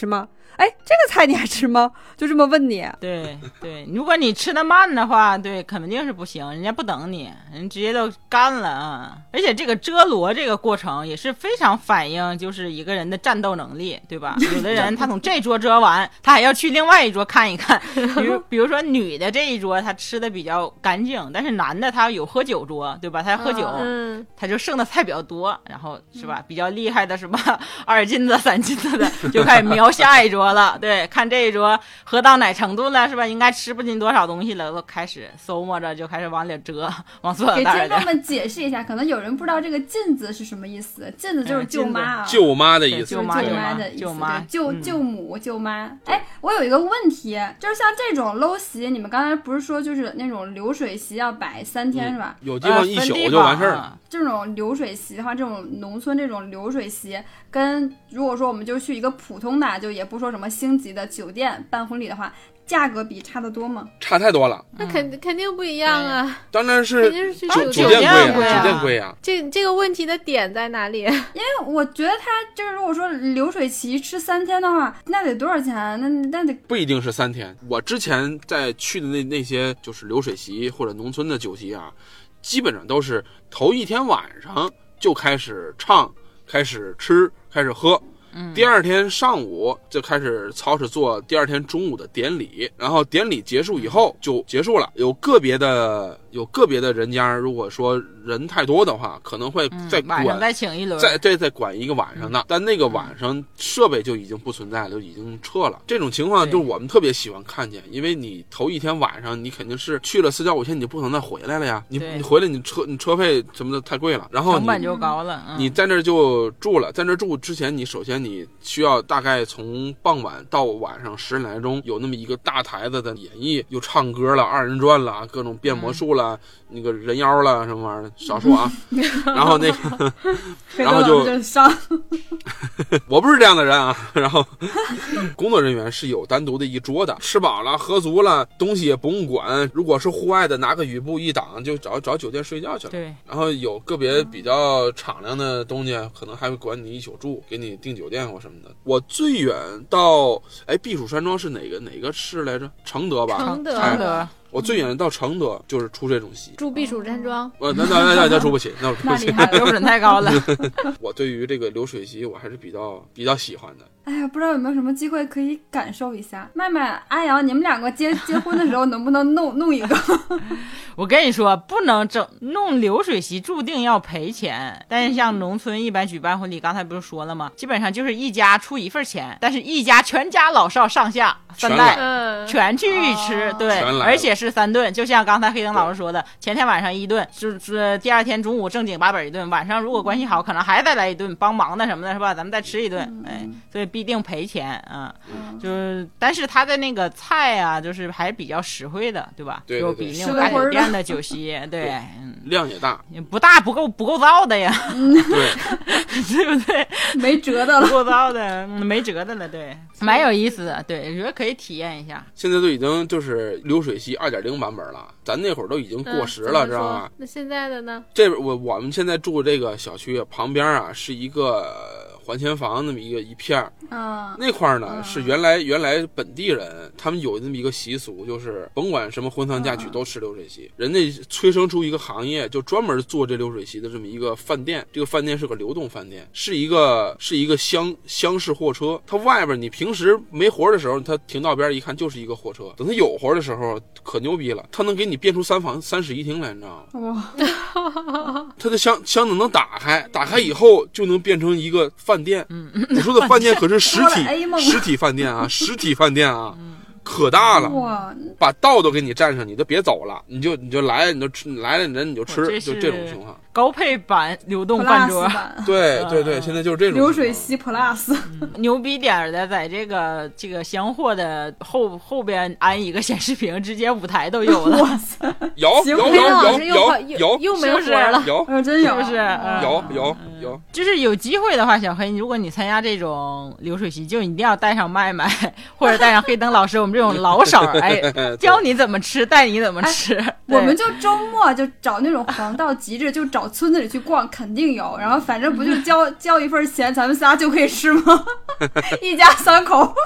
哎，这个菜你还吃吗？就这么问你。 对对，如果你吃的慢的话，对，肯定是不行，人家不等你，人直接都干了啊！而且这个遮罗这个过程也是非常反映就是一个人的战斗能力，对吧？有的人他从这桌遮完，他还要去另外一桌看一看，比如比如说女的这一桌他吃的比较干净，但是男的他有喝酒桌，对吧？他喝酒， 嗯， 他就剩的菜比较多，然后是吧？比较厉害的是吧？二斤子、三斤子的就开始瞄下一桌了，对，看这一桌喝到哪程度了，是吧？应该吃不进多少东西了，都开始搜摸着就开始往里折，往塑料给袋里。 听众们解释一下，可能有人不知道这个妗子是什么意思。妗子就是舅妈啊， 舅妈的意思， 舅妈舅妈的意思， 舅妈对舅嗯舅母舅妈。哎，我有一个问题，就是像这种搂席，你们刚才不是说就是那种流水席要摆三天、 嗯、 是吧？ 有地方一宿就完事儿了。 这种流水席的话，这种农村这种流水席，跟如果说我们就去一个普通的，就也不说什么星级的酒店办婚礼的话，价格比差得多吗？ 差太多了， 那肯、嗯、肯定不一样啊， 当然是肯定是去酒酒店贵啊， 酒店贵啊。 这这个问题的点在哪里？因为我觉得他就是如果说流水席吃三天的话，那得多少钱？那那得不一定是三天。我之前在去的那那些就是流水席或者农村的酒席啊，基本上都是头一天晚上就开始唱，开始吃，开始喝。 嗯、 第二天上午就开始操持做第二天中午的典礼，然后典礼结束以后就结束了。有个别的有个别的人家，如果说人太多的话，可能会再管、 嗯、晚上再请一轮， 再对再管一个晚上的、嗯，但那个晚上设备就已经不存在了，就已经撤了。这种情况就是我们特别喜欢看见，因为你头一天晚上你肯定是去了四郊五县，你不可能再回来了呀。你你回来你车你车费什么的太贵了，然后成本就高了。嗯、 你在那儿就住了，在那儿住之前，你首先你需要大概从傍晚到晚上十点来钟有那么一个大台子的演绎，又唱歌了、二人转了、各种变魔术了、嗯、那个人妖了什么玩意儿，少说啊。然后那个，然后就上， 我不是这样的人啊。然后工作人员是有单独的一桌的，吃饱了喝足了，东西也不用管。如果是户外的，拿个雨布一挡，就找找酒店睡觉去了。 对。 然后有个别比较敞亮的东西，可能还会管你一宿住，给你订酒店或什么的。我最远到哎避暑山庄是哪个哪个市来着？承德吧。 承德。 承德。 我最远到承德就是出这种席， 住避暑山庄。 呃，那那那那住不起，那我住不起， 标准太高了。 我对于这个流水席，我还是比较比较喜欢的。 哎呀，不知道有没有什么机会可以感受一下。麦麦、阿阳，你们两个结结婚的时候能不能弄弄一个？ 我跟你说，不能整弄流水席，注定要赔钱。但是像农村一般举办婚礼，刚才不是说了吗？基本上就是一家出一份钱，但是一家全家老少上下三代全去吃，对，而且是三顿。就像刚才黑灯老师说的，前天晚上一顿，就是第二天中午正经八本一顿，晚上如果关系好，可能还再来一顿，帮忙的什么的，是吧？咱们再吃一顿，哎，所以必定赔钱啊。就是，但是他的那个菜啊，就是还比较实惠的，对吧？ 对对对， 就比那种大酒店的酒席，对， 对嗯， 量也大， 不大不够不够造的呀， 嗯、 对， 对不对？ 没辙的了， 不够造的，没辙的了，对，蛮有意思的，对，我觉得可以体验一下。 现在都已经就是流水席二点零版本了，咱那会儿都已经过时了， 嗯、 知道吧？ 那现在的呢？ 这我我们现在住这个小区旁边啊，是一个环前房那么一个一片儿， 嗯， 那块儿呢、 嗯、 是原来原来本地人他们有那么一个习俗，就是甭管什么婚丧嫁娶都吃流水席，嗯、人家催生出一个行业，就专门做这流水席的这么一个饭店。这个饭店是个流动饭店，是一个是一个厢厢式货车，它外边你平时没活的时候，它停到边一看就是一个货车，等它有活的时候可牛逼了，它能给你变出三房三室一厅来，你知道吗？哇，它的箱箱子能打开，打开以后就能变成一个饭店。嗯，我说的饭店可是实体实体饭店啊，实体饭店啊。嗯，可大了，哇！把道都给你占上，你都别走了，你就你就来，你就吃，来了人你就吃，就这种情况。 高配版流动饭桌， 对对对，现在就是这种流水席 plus。 嗯、牛逼点的，在这个这个厢货的后后边安一个显示屏，直接舞台都有了。 有有有有有有， 又没活了， 有有真有， 是不是？ 有有有， 就是有机会的话，小黑，如果你参加这种流水席，就一定要带上麦麦，或者带上黑灯老师，我们这种老手，哎，教你怎么吃，带你怎么吃。 哎、我们就周末就找那种黄道吉日，就找村子里去逛，肯定有。然后反正不就交交一份钱，咱们仨就可以吃吗？一家三口。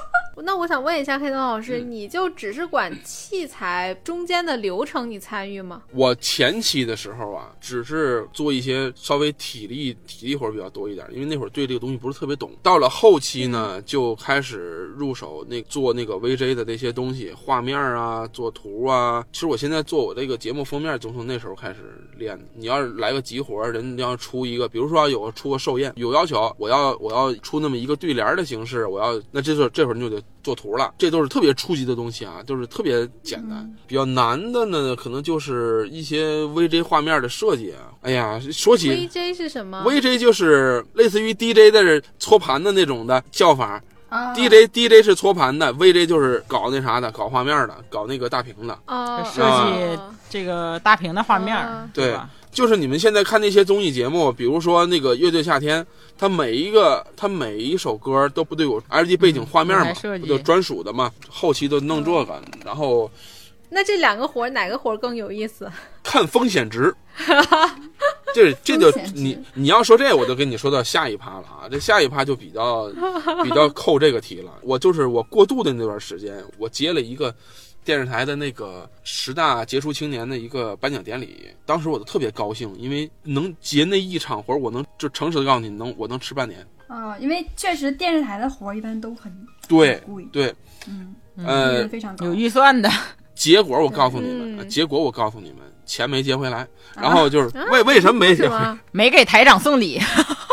那我想问一下黑灯老师， 嗯、 你就只是管器材中间的流程你参与吗？ 我前期的时候啊，只是做一些稍微体力体力活比较多一点，因为那会儿对这个东西不是特别懂。到了后期呢，就开始入手那做那个 V J 的那些东西，画面啊，做图啊。其实我现在做我这个节目封面，就从那时候开始练的。你要是来个急活，人要出一个，比如说有出个寿宴，有要求，我要我要出那么一个对联的形式，我要那这时候这会儿你就得做图了。这都是特别初级的东西啊，就是特别简单。嗯、比较难的呢，可能就是一些 V J 画面的设计啊。哎呀，说起 V J 是什么 ？V J 就是类似于 D J 的搓盘的那种的叫法。 啊、 D J D J 是搓盘的 ，V J 就是搞那啥的，搞画面的，搞那个大屏的， 哦， 设计这个大屏的画面， 哦、 对吧？ 就是你们现在看那些综艺节目，比如说那个乐队夏天，它每一个它每一首歌都不都有 L E D 背景画面嘛， 嗯、 不就专属的嘛？后期都弄这个，嗯、然后那这两个活哪个活更有意思？ 看风险值。这这就你你要说这，我就跟你说到下一趴了啊！这下一趴就比较比较扣这个题了。我就是我过渡的那段时间，我接了一个电视台的那个十大杰出青年的一个颁奖典礼，当时我就特别高兴，因为能接那一场活，我能就诚实的告诉你，能我能吃半年。 哦，因为确实电视台的活一般都很对贵， 对， 嗯呃， 非常高， 有预算的。 结果我告诉你们， 嗯、 结果我告诉你们，钱没接回来，然后就是、啊、为为什么没接回来？ 没给台长送礼。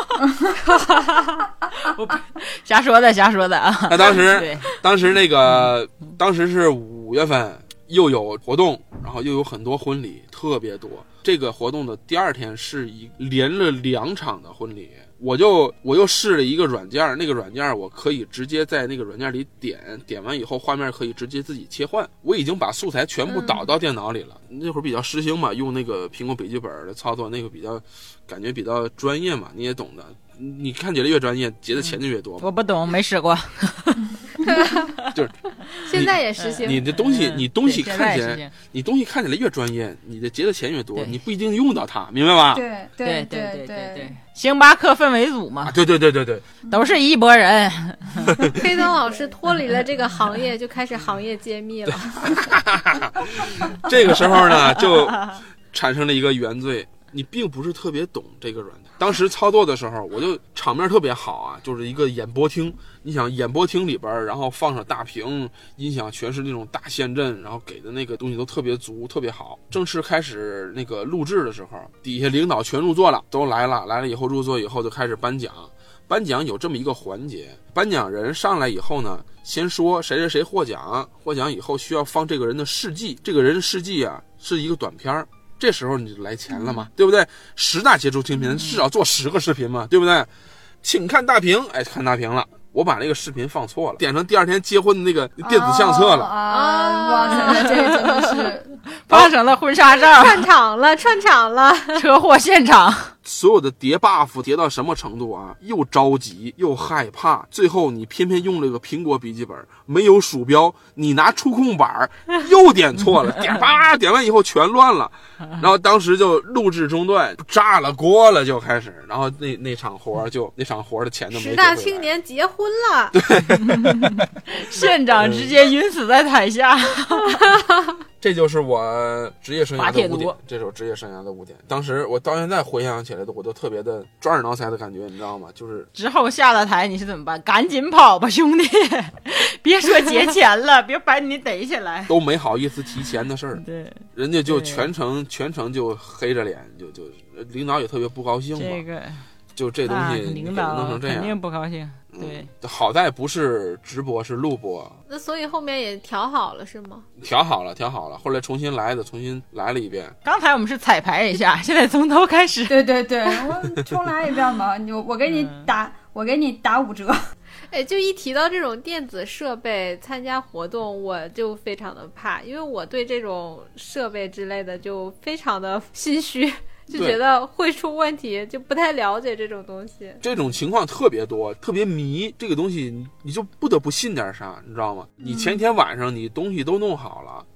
我瞎说的，瞎说的啊！ 那当时，当时那个，当时是五月份，又有活动，然后又有很多婚礼，特别多。这个活动的第二天是一连了两场的婚礼。我就我又试了一个软件，那个软件我可以直接在那个软件里点，点完以后画面可以直接自己切换。我已经把素材全部导到电脑里了。嗯、那会儿比较时兴嘛，用那个苹果笔记本的操作，那个比较感觉比较专业嘛，你也懂的。你看起来越专业，结的钱就越多。 我不懂，没使过。 就是现在也实行。 你的东西， 嗯、 你东西看起来，你东西看起来越专业，你的结的钱越多，你不一定用到它，明白吧？ 对对对对对对。星巴克氛围组嘛， 啊、对对对对对， 都是一拨人。 黑灯老师脱离了这个行业，就开始行业揭秘了。 这个时候呢，就产生了一个原罪。你并不是特别懂这个软件，当时操作的时候，我就场面特别好啊，就是一个演播厅。你想演播厅里边，然后放上大屏，音响全是那种大陷阵，然后给的那个东西都特别足，特别好。正式开始那个录制的时候，底下领导全入座了，都来了，来了以后入座以后就开始颁奖。颁奖有这么一个环节，颁奖人上来以后呢，先说谁谁谁获奖，获奖以后需要放这个人的事迹，这个人的事迹啊是一个短片。这时候你就来钱了嘛，对不对？十大杰出青年至少做十个视频嘛，对不对？请看大屏，哎，看大屏了。我把那个视频放错了，点成第二天结婚的那个电子相册了。 啊！哇塞，这个真的是发生了婚纱照， 串场了，串场了， 车祸现场。 所有的叠 buff 叠到什么程度啊？又着急又害怕，最后你偏偏用了个苹果笔记本，没有鼠标，你拿触控板又点错了，点吧点完以后全乱了，然后当时就录制中断，炸了锅了就开始，然后那那场活就那场活的钱都没给回来。 十大青年结婚了， 对， 县长直接晕死在台下。 这就是我职业生涯的污点，这是我职业生涯的污点。当时我到现在回想起来的，我都特别的抓耳挠腮的感觉，你知道吗？就是之后下了台你是怎么办？赶紧跑吧，兄弟！别说节钱了，别把你逮起来， 都没好意思提钱的事儿。 对， 人家就全程全程就黑着脸，就就领导也特别不高兴吧。 这个就这东西领导弄成这样， 肯定不高兴。对、 嗯，好在不是直播，是录播。 那所以后面也调好了是吗？ 调好了，调好了。后来重新来的，重新来了一遍。 刚才我们是彩排一下，现在从头开始。 对对对，我重来一遍嘛，我我给你打，嗯、我给你打五折。 哎，就一提到这种电子设备参加活动，我就非常的怕，因为我对这种设备之类的就非常的心虚。就觉得会出问题，就不太了解这种东西。 这种情况特别多，特别迷这个东西，你就不得不信点啥，你知道吗？你前天晚上你东西都弄好了，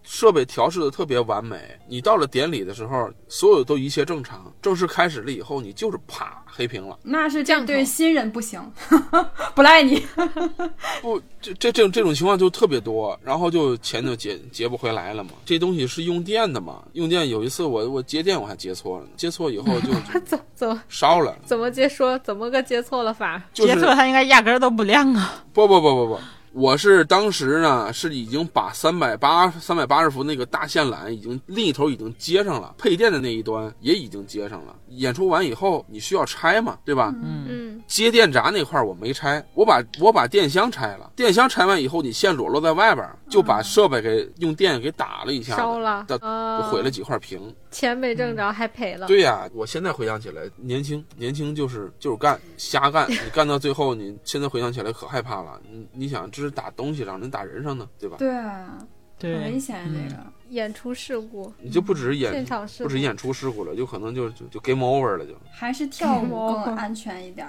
设备调试的特别完美，你到了典礼的时候，所有都一切正常。正式开始了以后，你就是啪黑屏了。 那是这对新人不行，不赖你。 不，这这这种这种情况就特别多，然后就钱就结结不回来了嘛。这东西是用电的嘛，用电有一次我我接电我还接错了，接错以后就怎怎么烧了。 怎么接说怎么个接错了法？ 就是、 接错它应该压根儿都不亮啊。 不不不不不。我是当时呢，是已经把三百八三百八十伏那个大线缆已经另一头已经接上了，配电的那一端也已经接上了。演出完以后，你需要拆嘛，对吧？ 嗯， 接电闸那块我没拆，我把我把电箱拆了。电箱拆完以后，你线裸露在外边，就把设备给用电给打了一下， 烧了， 就毁了几块屏。 钱没挣着还赔了。 对呀、啊，我现在回想起来，年轻年轻就是就是干瞎干，你干到最后，你现在回想起来可害怕了。你你想，这是打东西让人打人上呢，对吧？ 对啊， 对， 很危险这个。 嗯、演出事故， 你就不只是演现场事故， 不止演出事故了，就可能就就就 game over 了就。 还是跳舞更安全一点。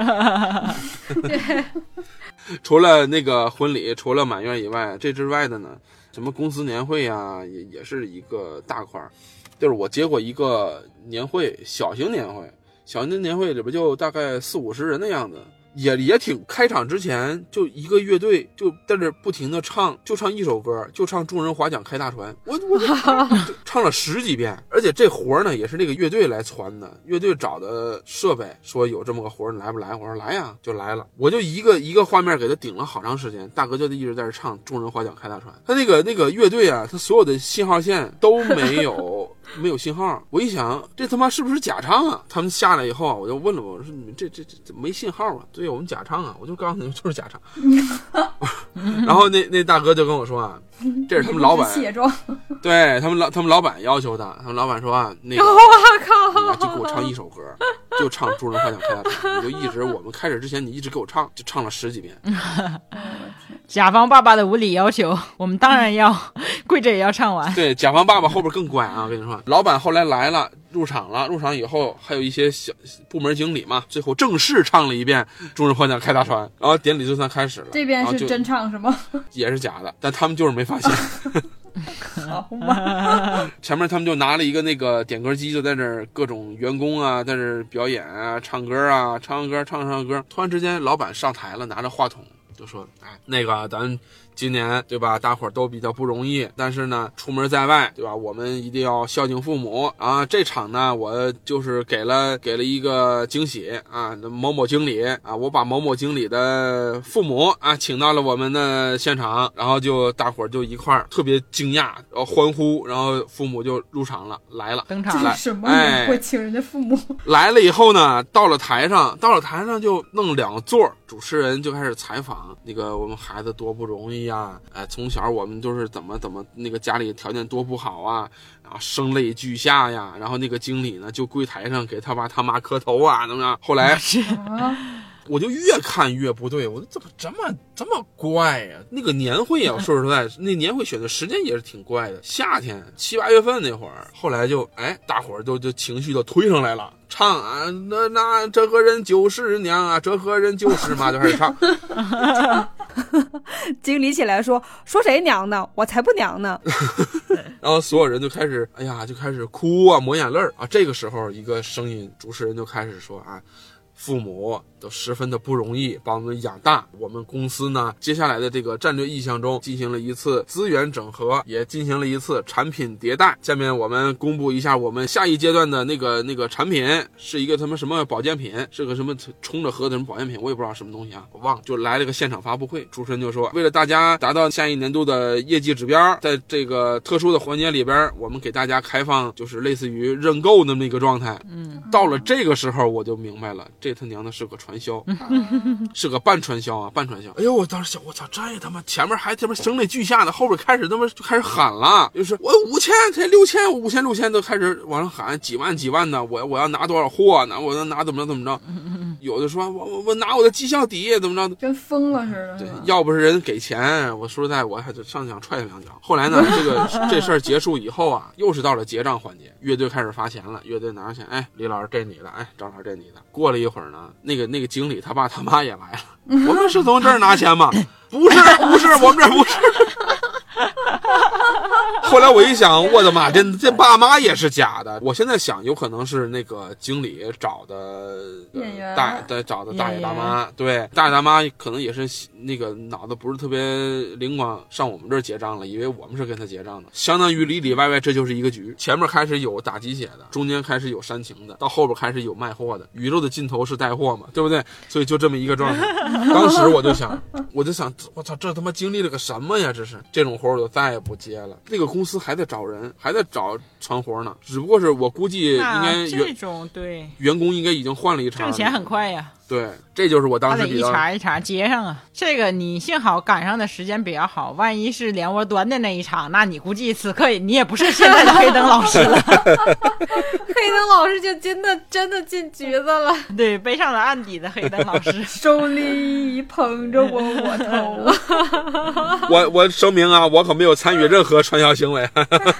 对。 除了那个婚礼，除了满月以外，这之外的呢，什么公司年会啊，也也是一个大块。就是我接过一个年会，小型年会，小型年会里边就大概四五十人的样子，也也挺。开场之前就一个乐队就在这不停的唱，就唱一首歌，就唱《众人划桨开大船》，我我就唱了十几遍。而且这活呢也是那个乐队来传的，乐队找的设备说有这么个活，你来不来？我说来呀，就来了。我就一个一个画面给他顶了好长时间，大哥就一直在这唱《众人划桨开大船》。他那个那个乐队啊，他所有的信号线都没有。没有信号，我一想，这他妈是不是假唱啊？他们下来以后啊，我就问了我，我说你们这这这怎么没信号啊？对，我们假唱啊！我就告诉你们就是假唱。然后那那大哥就跟我说啊，这是他们老板，对他们老他们老板要求的，他们老板说啊，那个我靠， 你就给我唱一首歌，就唱《众人划桨开大船》，你就一直我们开始之前你一直给我唱，就唱了十几遍。 甲方爸爸的无理要求，我们当然要跪着也要唱完。 对，甲方爸爸后边更乖啊！我跟你说，老板后来来了，入场了，入场以后还有一些小部门经理嘛，最后正式唱了一遍《众人划桨开大船》，然后典礼就算开始了。 这边是真唱是吗？ 也是假的，但他们就是没发现。 好嘛， 前面他们就拿了一个那个点歌机，就在那儿各种员工啊，在那儿表演啊，唱歌啊，唱歌唱唱歌。突然之间，老板上台了，拿着话筒就说：“哎，那个咱今年对吧，大伙儿都比较不容易，但是呢，出门在外对吧，我们一定要孝敬父母啊。这场呢，我就是给了给了一个惊喜啊，某某经理啊，我把某某经理的父母啊请到了我们的现场，然后就大伙儿就一块儿特别惊讶，然后欢呼，然后父母就入场了，来了， 登场了。 什么年会请人家父母？ 来了以后呢，到了台上，到了台上就弄两个座，主持人就开始采访那个我们孩子多不容易呀，哎，从小我们就是怎么怎么那个家里条件多不好啊，然后声泪俱下呀，然后那个经理呢就跪台上给他爸他妈磕头啊，怎么样？后来我就越看越不对，我说怎么这么这么怪呀、啊？那个年会啊，说实在，那年会选的时间也是挺怪的，夏天七八月份那会儿，后来就哎，大伙儿都就情绪都推上来了。唱啊，那那这个人就是娘啊，这个人就是妈，就开始唱。 经理起来说：“说谁娘呢？我才不娘呢！” 然后所有人就开始，哎呀，就开始哭啊，抹眼泪啊。这个时候，一个声音，主持人就开始说啊。父母都十分的不容易把我们养大，我们公司呢接下来的这个战略意向中进行了一次资源整合，也进行了一次产品迭代。下面我们公布一下我们下一阶段的那个那个产品，是一个他妈什么保健品，是个什么冲着喝的什么保健品，我也不知道什么东西啊，我忘了。就来了个现场发布会，主持人就说，为了大家达到下一年度的业绩指标，在这个特殊的环节里边，我们给大家开放就是类似于认购的那个状态。嗯，到了这个时候我就明白了，这他娘的是个传销，是个半传销啊，半传销。哎呦，我当时想，我操，这他妈前面还他妈声泪俱下的，后边开始他妈就开始喊了，就是我五千才六千，五千六千都开始往上喊，几万几万的，我我要拿多少货，拿我要拿怎么着怎么着，有的说我我我拿我的绩效底怎么着， 跟疯了似的。 对，要不是人给钱，我说实在我还就上想踹他两脚。后来呢，这个这事儿结束以后啊，又是到了结账环节，乐队开始发钱了，乐队拿着钱，哎，李老师这你的，哎，张老师这你的。过了一会儿呢，那个那个经理他爸他妈也来了，我们是从这儿拿钱吗？不是不是，我们这儿不是。 后来我一想，我的妈，这这爸妈也是假的。我现在想，有可能是那个经理找的、呃、 演员大的找的大爷大妈，对，大爷大妈可能也是那个脑子不是特别灵光，上我们这儿结账了，以为我们是跟他结账的，相当于里里外外这就是一个局。前面开始有打鸡血的，中间开始有煽情的，到后边开始有卖货的，宇宙的尽头是带货嘛，对不对？所以就这么一个状态。当时我就想，我就想，我操，这他妈经历了个什么呀？这是这种活我就再也不接了。那个公司还在找人，还在找传活呢，只不过是我估计应该这种对员工应该已经换了一茬， 挣钱很快呀。 对，这就是我当时比较他得一茬一茬接上啊。这个你幸好赶上的时间比较好，万一是连窝端的那一场，那你估计此刻你也不是现在的黑灯老师了。 黑灯老师就真的真的进局子了， 对，背上了案底的黑灯老师， 手里捧着我我头。 我我声明啊，我可没有参与任何传销行为。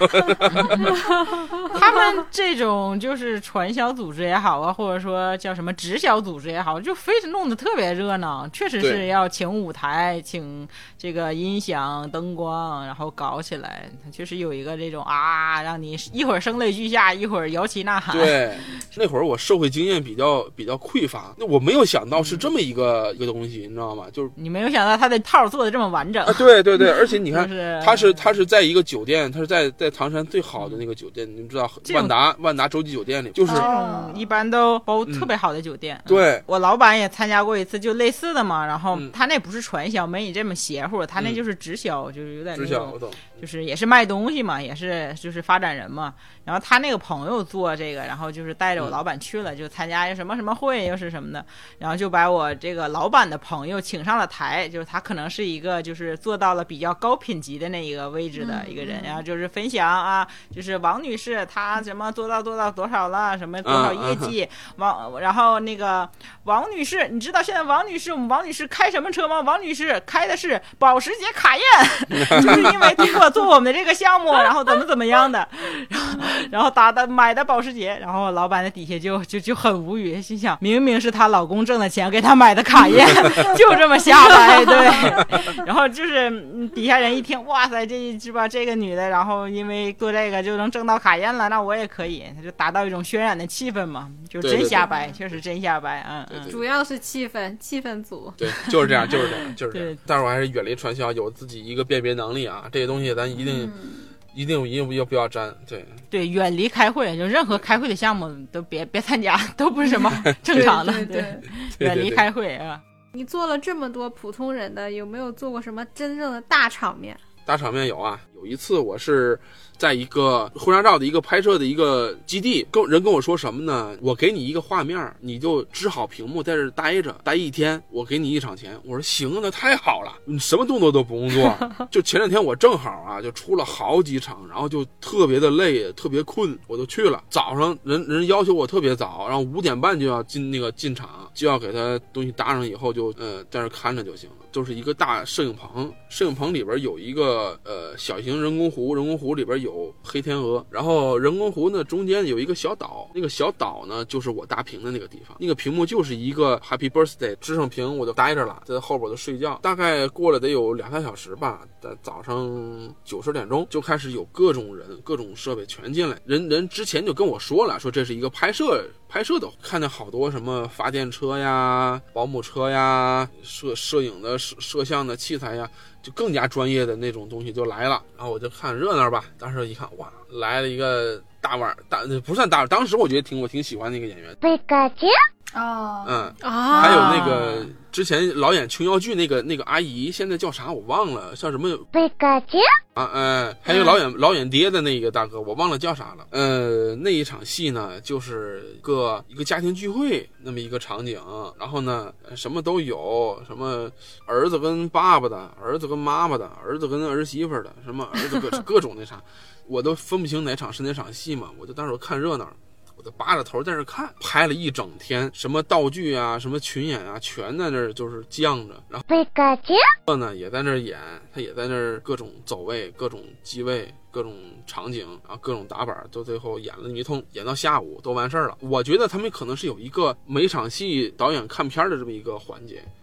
他们这种就是传销组织也好啊，或者说叫什么直销组织也好，就非常弄得特别热闹，确实是要请舞台，请这个音响灯光，然后搞起来，它确实有一个这种啊，让你一会儿声泪俱下，一会儿摇旗呐喊。 对，那会儿我社会经验比较比较匮乏，那我没有想到是这么一个、嗯、一个东西，你知道吗？就是你没有想到他的套做的这么完整。 啊，对对对，而且你看， 就是他是他是在一个酒店，他是在在唐山最好的那个酒店，你们知道万达万达洲际酒店里，就是这种一般都包特别好的酒店。 嗯、对、 嗯，我老板也参加过一次，就类似的嘛。然后他那不是传销，没你这么邪乎，他那就是直销，嗯、就是有点那种，就是也是卖东西嘛，也是就是发展人嘛。然后他那个朋友做这个，然后就是带着我老板去了，嗯、就参加什么什么会又是什么的，然后就把我这个老板的朋友请上了台，就是他可能是一个就是做到了比较高品级的那一个位置的一个人，嗯、然后就是分享啊，就是王女士她什么做到做到多少了，什么多少业绩，王、嗯、然后那个王女士，你知道现在王女士我们王女士开什么车吗？王女士开的是保时捷卡宴，就是因为通过做我们的这个项目，然后怎么怎么样的，然后然后打的买的保时捷，然后老板的底下就就就很无语，心想明明是她老公挣的钱给她买的卡宴，就这么瞎掰，对。然后就是底下人一听，哇塞，这是吧这个女的，然后因为做这个就能挣到卡宴了，那我也可以，他就达到一种渲染的气氛嘛，就真瞎掰，对对对，确实真瞎掰，嗯嗯， 主要是气氛，气氛组， 对，就是这样，就是这样，就是这样。但是我还是远离传销，有自己一个辨别能力啊，这些东西咱一定。嗯一定一定要不要沾，对对，远离开会，就任何开会的项目都别别参加，都不是什么正常的， 对对对，远离开会啊。 你做了这么多普通人的，有没有做过什么真正的大场面？ 大场面有啊，有一次我是在一个婚纱照的一个拍摄的一个基地，跟人跟我说什么呢？我给你一个画面，你就支好屏幕在这待着，待一天，我给你一场钱。我说行，那太好了，你什么动作都不用做。就前两天我正好啊，就出了好几场，然后就特别的累，特别困，我就去了。早上人人要求我特别早，然后五点半就要进那个进场，就要给他东西搭上以后就呃在那看着就行了。就是一个大摄影棚，摄影棚里边有一个呃小型人工湖，人工湖里边有黑天鹅，然后人工湖呢中间有一个小岛，那个小岛呢就是我搭屏的那个地方，那个屏幕就是一个 Happy Birthday， 支上屏我就待着了，在后边就睡觉，大概过了得有两三小时吧，在早上九十点钟就开始有各种人各种设备全进来，人人之前就跟我说了，说这是一个拍摄拍摄的，看见好多什么发电车呀、保姆车呀、摄摄影的摄摄像的器材呀，就更加专业的那种东西就来了。然后我就看热闹吧，当时一看，哇，来了一个大腕大，不算大腕，当时我觉得挺我挺喜欢那个演员。贝卡姐。 哦， 嗯啊， 还有那个之前老演琼瑶剧那个那个阿姨，现在叫啥我忘了，叫什么贝卡姐啊，嗯，还有老演、嗯、老演爹的那个大哥，我忘了叫啥了。呃，那一场戏呢，就是一个一个家庭聚会那么一个场景，然后呢，什么都有，什么儿子跟爸爸的，儿子跟妈妈的，儿子跟儿媳妇的，什么儿子各各种那啥，我都分不清哪场是哪场戏嘛，我就当时看热闹。我就扒着头在这看，拍了一整天，什么道具啊，什么群演啊，全在那儿就是犟着。然后贝卡姐呢也在那儿演，他也在那儿各种走位、各种机位、各种场景，然后各种打板，到最后演了一通，演到下午都完事儿了。我觉得他们可能是有一个每场戏导演看片的这么一个环节。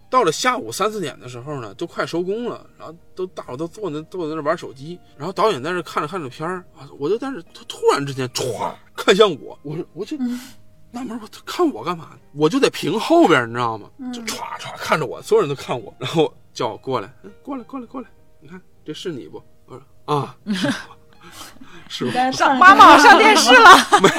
到了下午三四点的时候呢，都快收工了，然后都大伙都坐那坐在那玩手机，然后导演在这看着看着片儿啊，我就在这突然之间歘看向我，我我就纳闷，我看我干嘛？我就在屏后边，你知道吗？就歘歘看着我，所有人都看我，然后叫我过来，过来过来过来，你看这是你不？我说啊。是我妈妈我上电视了。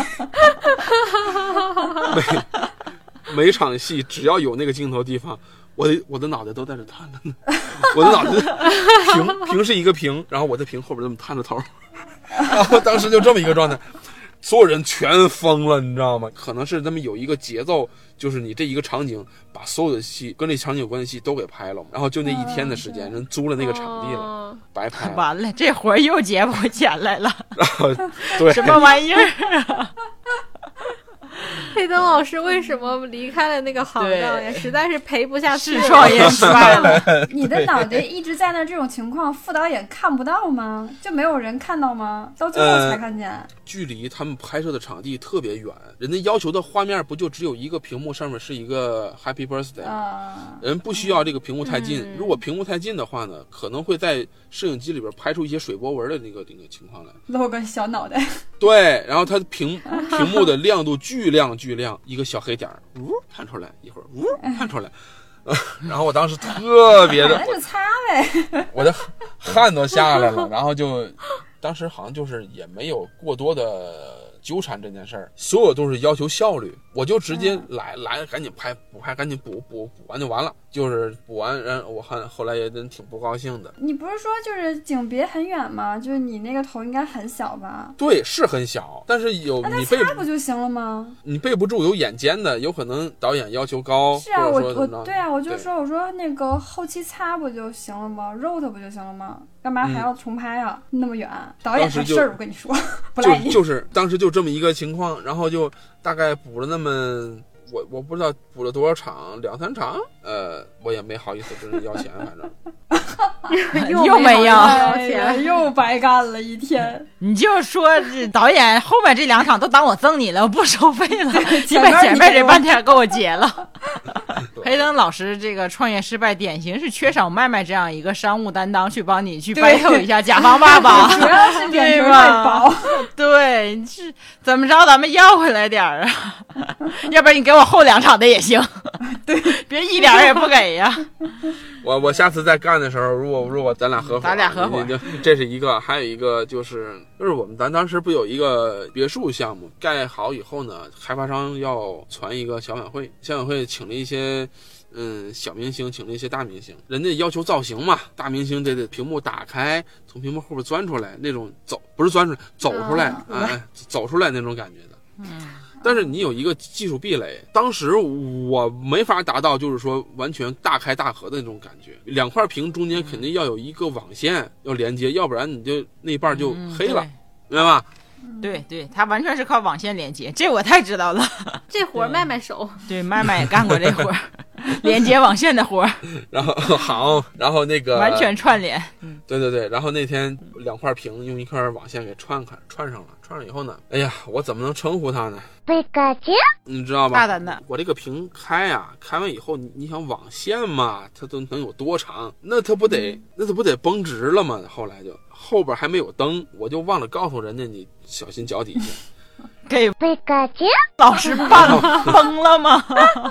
每每场戏只要有那个镜头地方，我的我的脑袋都在这探着呢，我的脑袋屏屏是一个屏，然后我在屏后边这么探着头，然后当时就这么一个状态，所有人全疯了，你知道吗？可能是他们有一个节奏，就是你这一个场景把所有的戏跟这场景有关的戏都给拍了，然后就那一天的时间，人租了那个场地了，哦、白拍了。 完了，这活又结不钱来了。 然后，对， 什么玩意儿啊？ 黑灯老师为什么离开了那个行当呀？实在是陪不下去了， 是创业失败了。 你的脑袋一直在那，这种情况副导演看不到吗？就没有人看到吗？到最后才看见。呃、 距离他们拍摄的场地特别远，人家要求的画面不就只有一个屏幕，上面是一个 Happy Birthday，、呃、人不需要这个屏幕太近、嗯。如果屏幕太近的话呢，可能会在摄影机里边拍出一些水波纹的那个那个情况来， 露个小脑袋。 对，然后它屏屏幕的亮度巨亮巨亮，一个小黑点呜看出来，一会儿呜看出来，呃、然后我当时特别的， 那就擦呗， 我的汗都下来了，然后就当时好像就是也没有过多的纠缠这件事儿，所有都是要求效率，我就直接来、嗯、来赶紧拍，不拍赶紧补补补完就完了，就是补完，然后我看后来也真挺不高兴的。 你不是说就是景别很远吗？就是你那个头应该很小吧？ 对，是很小，但是有那你背擦不就行了吗？ 你背不住有眼尖的，有可能导演要求高。 是啊， 或者说我我对啊，我就说我说那个后期擦不就行了吗？肉它不就行了吗？干嘛还要重拍啊？嗯、那么远，导演的事儿，我跟你说，不赖你。 就就是当时就这么一个情况，然后就大概补了那么。我我不知道补了多少场，两三场，呃，我也没好意思跟人要钱，反正又没要钱，又白干了一天。 你就说这导演后面这两场都当我赠你了，我不收费了，你把前面这半天给我结了。黑灯老师这个创业失败，典型是缺少麦麦这样一个商务担当去帮你去 battle 一下甲方爸爸， 主要是脸皮太薄。 对，是怎么着咱们要回来点儿啊？要不然你给我后两场的也行， 对， 别一点也不给呀。 我我下次再干的时候，如果如果咱俩合伙， 咱俩合伙， 这是一个，还有一个就是就是我们咱当时不有一个别墅项目盖好以后呢，开发商要传一个小晚会，小晚会请了一些嗯小明星，请了一些大明星，人家要求造型嘛，大明星得得屏幕打开，从屏幕后边钻出来那种走，不是钻出来，走出来，嗯、哎，走出来那种感觉的， 嗯。 但是你有一个技术壁垒，当时我没法达到，就是说完全大开大合的那种感觉。两块屏中间肯定要有一个网线要连接，要不然你就那半就黑了， 嗯、 明白吧？ 对对，它完全是靠网线连接，这我太知道了。 这活麦麦手， 对，麦麦也干过这活，连接网线的活。 然后好，然后那个完全串联。 嗯，对对对，然后那天两块屏用一块网线给串开串上了，串上以后呢，哎呀，我怎么能称呼它呢？ 贝卡丘， 你知道吧？ 大胆的， 我这个屏开啊，开完以后，你你想网线嘛，它都能有多长？那它不得，嗯、那它不得绷直了吗？后来就后边还没有灯，我就忘了告诉人家你小心脚底下。 给贝卡丘老师办了崩了吗？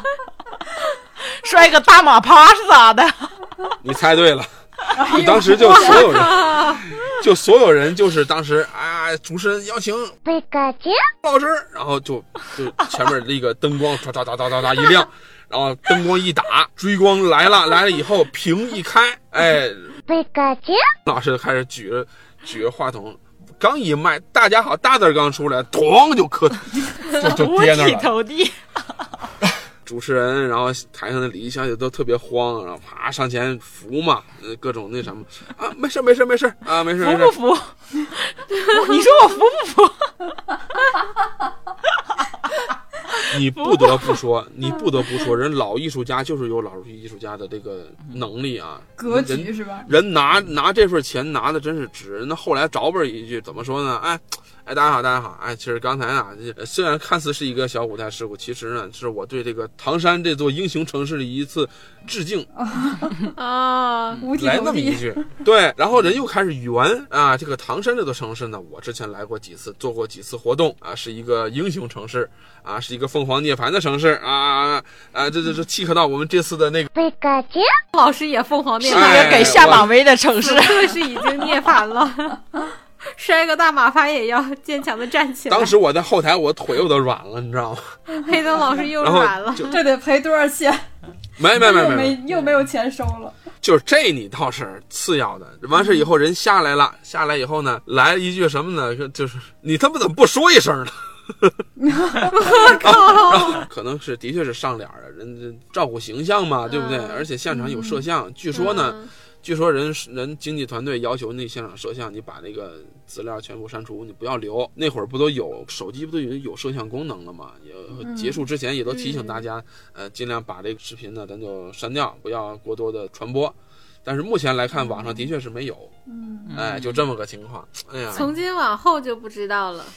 摔个大马趴是咋的？ 你猜对了。就当时就所有人，就所有人就是当时啊，主持人邀请贝卡丘老师，然后就就前面那个灯光唰唰唰唰唰唰一亮，然后灯光一打，追光来了，来了以后屏一开，哎，贝卡丘老师开始举着举着话筒，刚一麦，大家好，大字刚出来，咣就磕，就就跌那了， 五体投地。 主持人，然后台上的礼仪小姐都特别慌，然后啪上前扶嘛，呃，各种那什么啊，没事没事没事啊，没事没事。 服不服？你说我服不服？ 你不得不说，你不得不说，人老艺术家就是有老艺术家的这个能力啊， 格局是吧？ 人拿拿这份钱拿的真是值。那后来找本一句怎么说呢？哎。哎，大家好，大家好！哎，其实刚才啊，虽然看似是一个小舞台事故，其实呢，是我对这个唐山这座英雄城市的一次致敬啊， 五体投地来那么一。句。对，然后人又开始圆啊，这个唐山这座城市呢，我之前来过几次，做过几次活动啊，是一个英雄城市啊，是一个凤凰涅槃的城市啊啊，这这这契合到我们这次的那个老师也凤凰涅是槃， 一个给下马威的城市。 此刻是已经涅槃了。摔个大马趴也要坚强的站起来。 当时我在后台，我腿我都软了，你知道吗？ 黑灯老师又软了， 这得赔多少钱？ 没没没又没没又没有钱收了。 就是这你倒是次要的。完事以后人下来了，下来以后呢，来了一句什么呢？就是你他妈怎么不说一声呢？我靠！可能是的确是上脸了，人照顾形象嘛，对不对？而且现场有摄像，据说呢。据说人人经纪团队要求那现场摄像，你把那个资料全部删除，你不要留。那会儿不都有手机不都有有摄像功能了吗？也结束之前也都提醒大家，呃，尽量把这个视频呢咱就删掉，不要过多的传播。但是目前来看，网上的确是没有，嗯，哎，就这么个情况。哎呀， 从今往后就不知道了。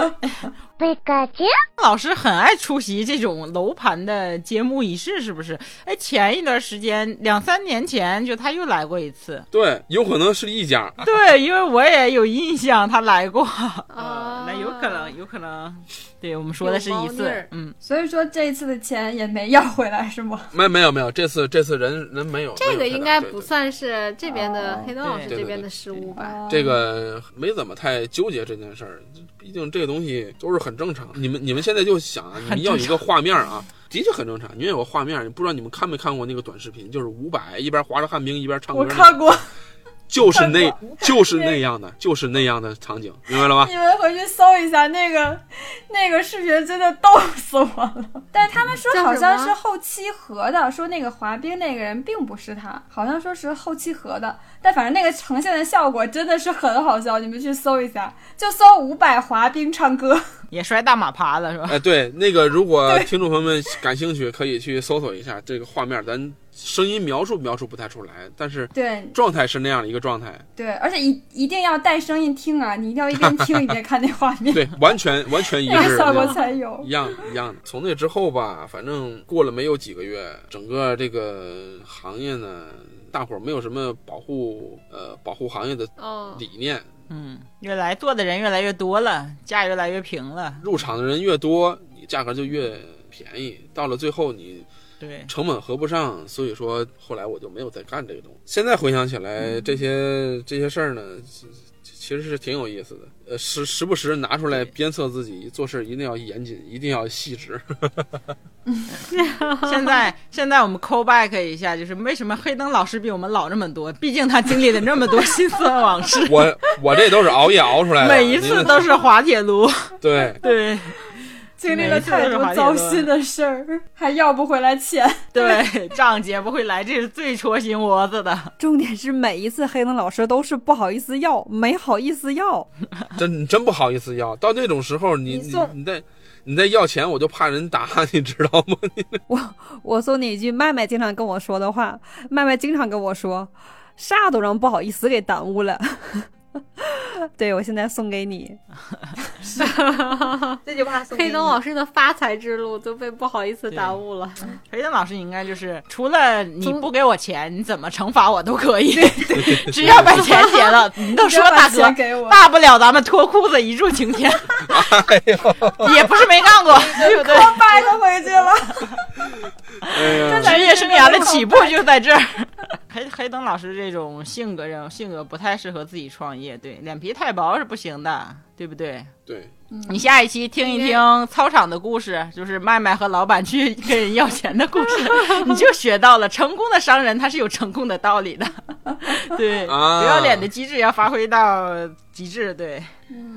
老师很爱出席这种楼盘的节目仪式，是不是？哎，前一段时间，两三年前，就他又来过一次。 对，有可能是一家。 对，因为我也有印象，他来过。 啊， 那有可能，有可能。对，我们说的是一次，嗯， 所以说这一次的钱也没要回来是吗？ 没没有没有，这次这次人人没有。 这个应该不算是这边的黑灯老师这边的失误吧？ 这个没怎么太纠结这件事儿，毕竟这个东西都是很正常。你们你们现在就想啊，你们要有一个画面啊，的确很正常。你要有个画面，你不知道你们看没看过那个短视频，就是伍佰一边划着旱冰一边唱歌。 我看过。 就是那，就是那样的，就是那样的场景，明白了吗？ 你们回去搜一下那个那个视频，真的逗死我了。但是他们说好像是后期合的，说那个滑冰那个人并不是他，好像说是后期合的。但反正那个呈现的效果真的是很好笑，你们去搜一下，就搜伍佰滑冰唱歌， 也摔大马趴了是吧？ 哎，对，那个如果听众朋友们感兴趣，可以去搜索一下这个画面，咱。声音描述描述不太出来，但是对状态是那样的一个状态。 对，而且一一定要带声音听啊，你一定要一边听一边看那画面。 对，完全完全一致， 那个效果才有。 一样一样的。从那之后吧，反正过了没有几个月，整个这个行业呢，大伙儿没有什么保护呃保护行业的理念。哦、 嗯，越来做的人越来越多了，价越来越平了， 入场的人越多，你价格就越便宜，到了最后你。 对， 成本合不上，所以说后来我就没有再干这个东西。现在回想起来，嗯、这些这些事儿呢，其实是挺有意思的。呃，时时不时拿出来鞭策自己，做事一定要严谨，一定要细致。 现在现在我们 call back 一下，就是为什么黑灯老师比我们老这么多？毕竟他经历了那么多辛酸往事。 我我这都是熬夜熬出来的， 每一次都是滑铁卢。 对对。 经历了太多糟心的事儿，还要不回来钱。 对，账结不回来，这是最戳心窝子的。 重点是每一次黑灯老师都是不好意思要，没好意思要， 真真不好意思要。到那种时候，你你你再你再要钱，我就怕人打，你知道吗？ 我我送你一句麦麦经常跟我说的话，麦麦经常跟我说，啥都让不好意思给耽误了。对，我现在送给你。 这句话送给你。黑灯老师的发财之路都被不好意思耽误了。 黑灯老师应该就是除了你不给我钱，你怎么惩罚我都可以，只要把钱结了。你都说大哥，大不了咱们脱裤子一柱擎天。 哎呦， 也不是没干过，对不对？ 我掰他回去了。 哎呀， 职业生涯的起步就在这儿。黑黑灯老师这种性格，这种性格不太适合自己创业，对，脸皮太薄是不行的，对不对？ 对。 你下一期听一听操场的故事，就是麦麦和老板去跟人要钱的故事，你就学到了成功的商人他是有成功的道理的。对， 啊、 不要脸的机制要发挥到极致。对， 嗯，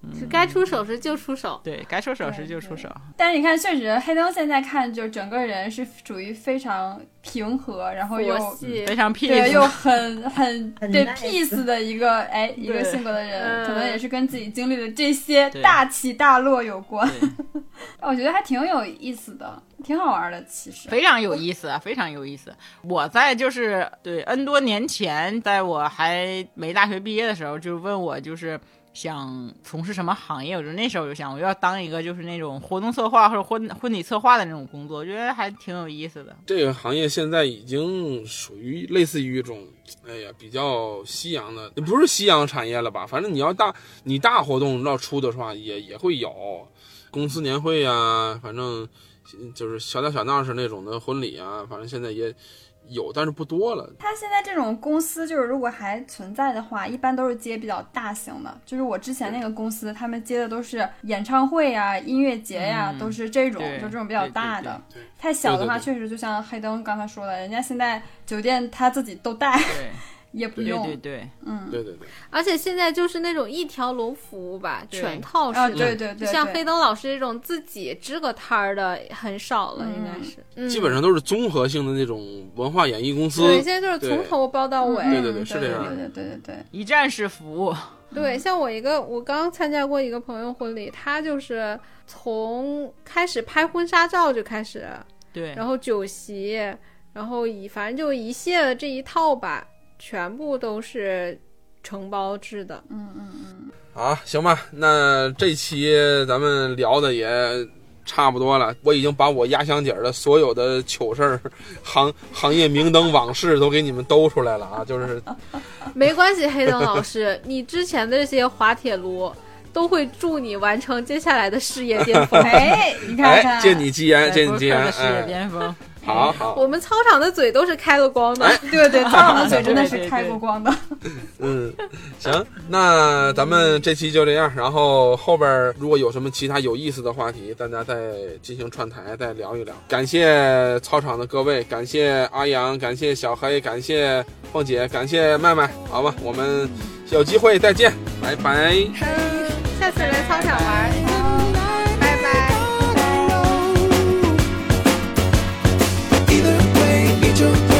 是该出手时就出手。 对，该出手时就出手。 但是你看，确实黑灯现在看，就整个人是属于非常平和，然后又非常 peace， 对，又很很很对 nice peace 的一个哎一个性格的人， 嗯可能也是跟自己经历的这些大起大落有关。我觉得还挺有意思的，挺好玩的，其实非常有意思啊，非常有意思。我在就是对 N 多年前，在我还没大学毕业的时候，就问我就是想从事什么行业，我就那时候就想我要当一个就是那种活动策划或者婚婚礼策划的那种工作，我觉得还挺有意思的。 这个行业现在已经属于类似于一种，哎呀，比较夕阳的，不是夕阳产业了吧？反正你要大，你大活动要出的话，也也会有公司年会啊，反正就是小打小闹是那种的婚礼啊，反正现在也有，但是不多了。 他现在这种公司，就是如果还存在的话，一般都是接比较大型的。就是我之前那个公司，他们接的都是演唱会呀、音乐节呀， 嗯、 都是这种， 就这种比较大的。 对对对对太小的话， 对对对确实就像黑灯刚才说的，人家现在酒店他自己都带，也不用。 对对对， 嗯， 对对对。 而且现在就是那种一条龙服务吧，全套式的。 啊，对对对， 像黑灯老师这种自己支个摊儿的很少了， 嗯、 应该是、嗯。 基本上都是综合性的那种文化演艺公司。 对，现在就是从头包到尾。 对对对，是这样。 对对对对对， 一站式服务。 对，像我一个，我刚参加过一个朋友婚礼，他就是从开始拍婚纱照就开始， 对， 然后酒席，然后以反正就一系列的这一套吧，全部都是承包制的。 嗯嗯嗯。 好，行吧，那这期咱们聊的也差不多了，我已经把我压箱底儿的所有的糗事儿、行行业明灯往事都给你们兜出来了啊，就是没关系，黑灯老师，你之前的这些滑铁卢都会助你完成接下来的事业巅峰。 哎，你看看， 哎，借你吉言，借你吉言， 事业巅峰。 好好， 我们操场的嘴都是开了光的。 哎、 对对，操场的嘴真的是开过光的。 嗯，行，那咱们这期就这样，然后后边如果有什么其他有意思的话题，大家再进行串台，再聊一聊。感谢操场的各位，感谢阿阳，感谢小黑，感谢凤姐，感谢麦麦，好吧，我们有机会再见，拜拜。 下次来操场玩，拜拜。 Either way, need your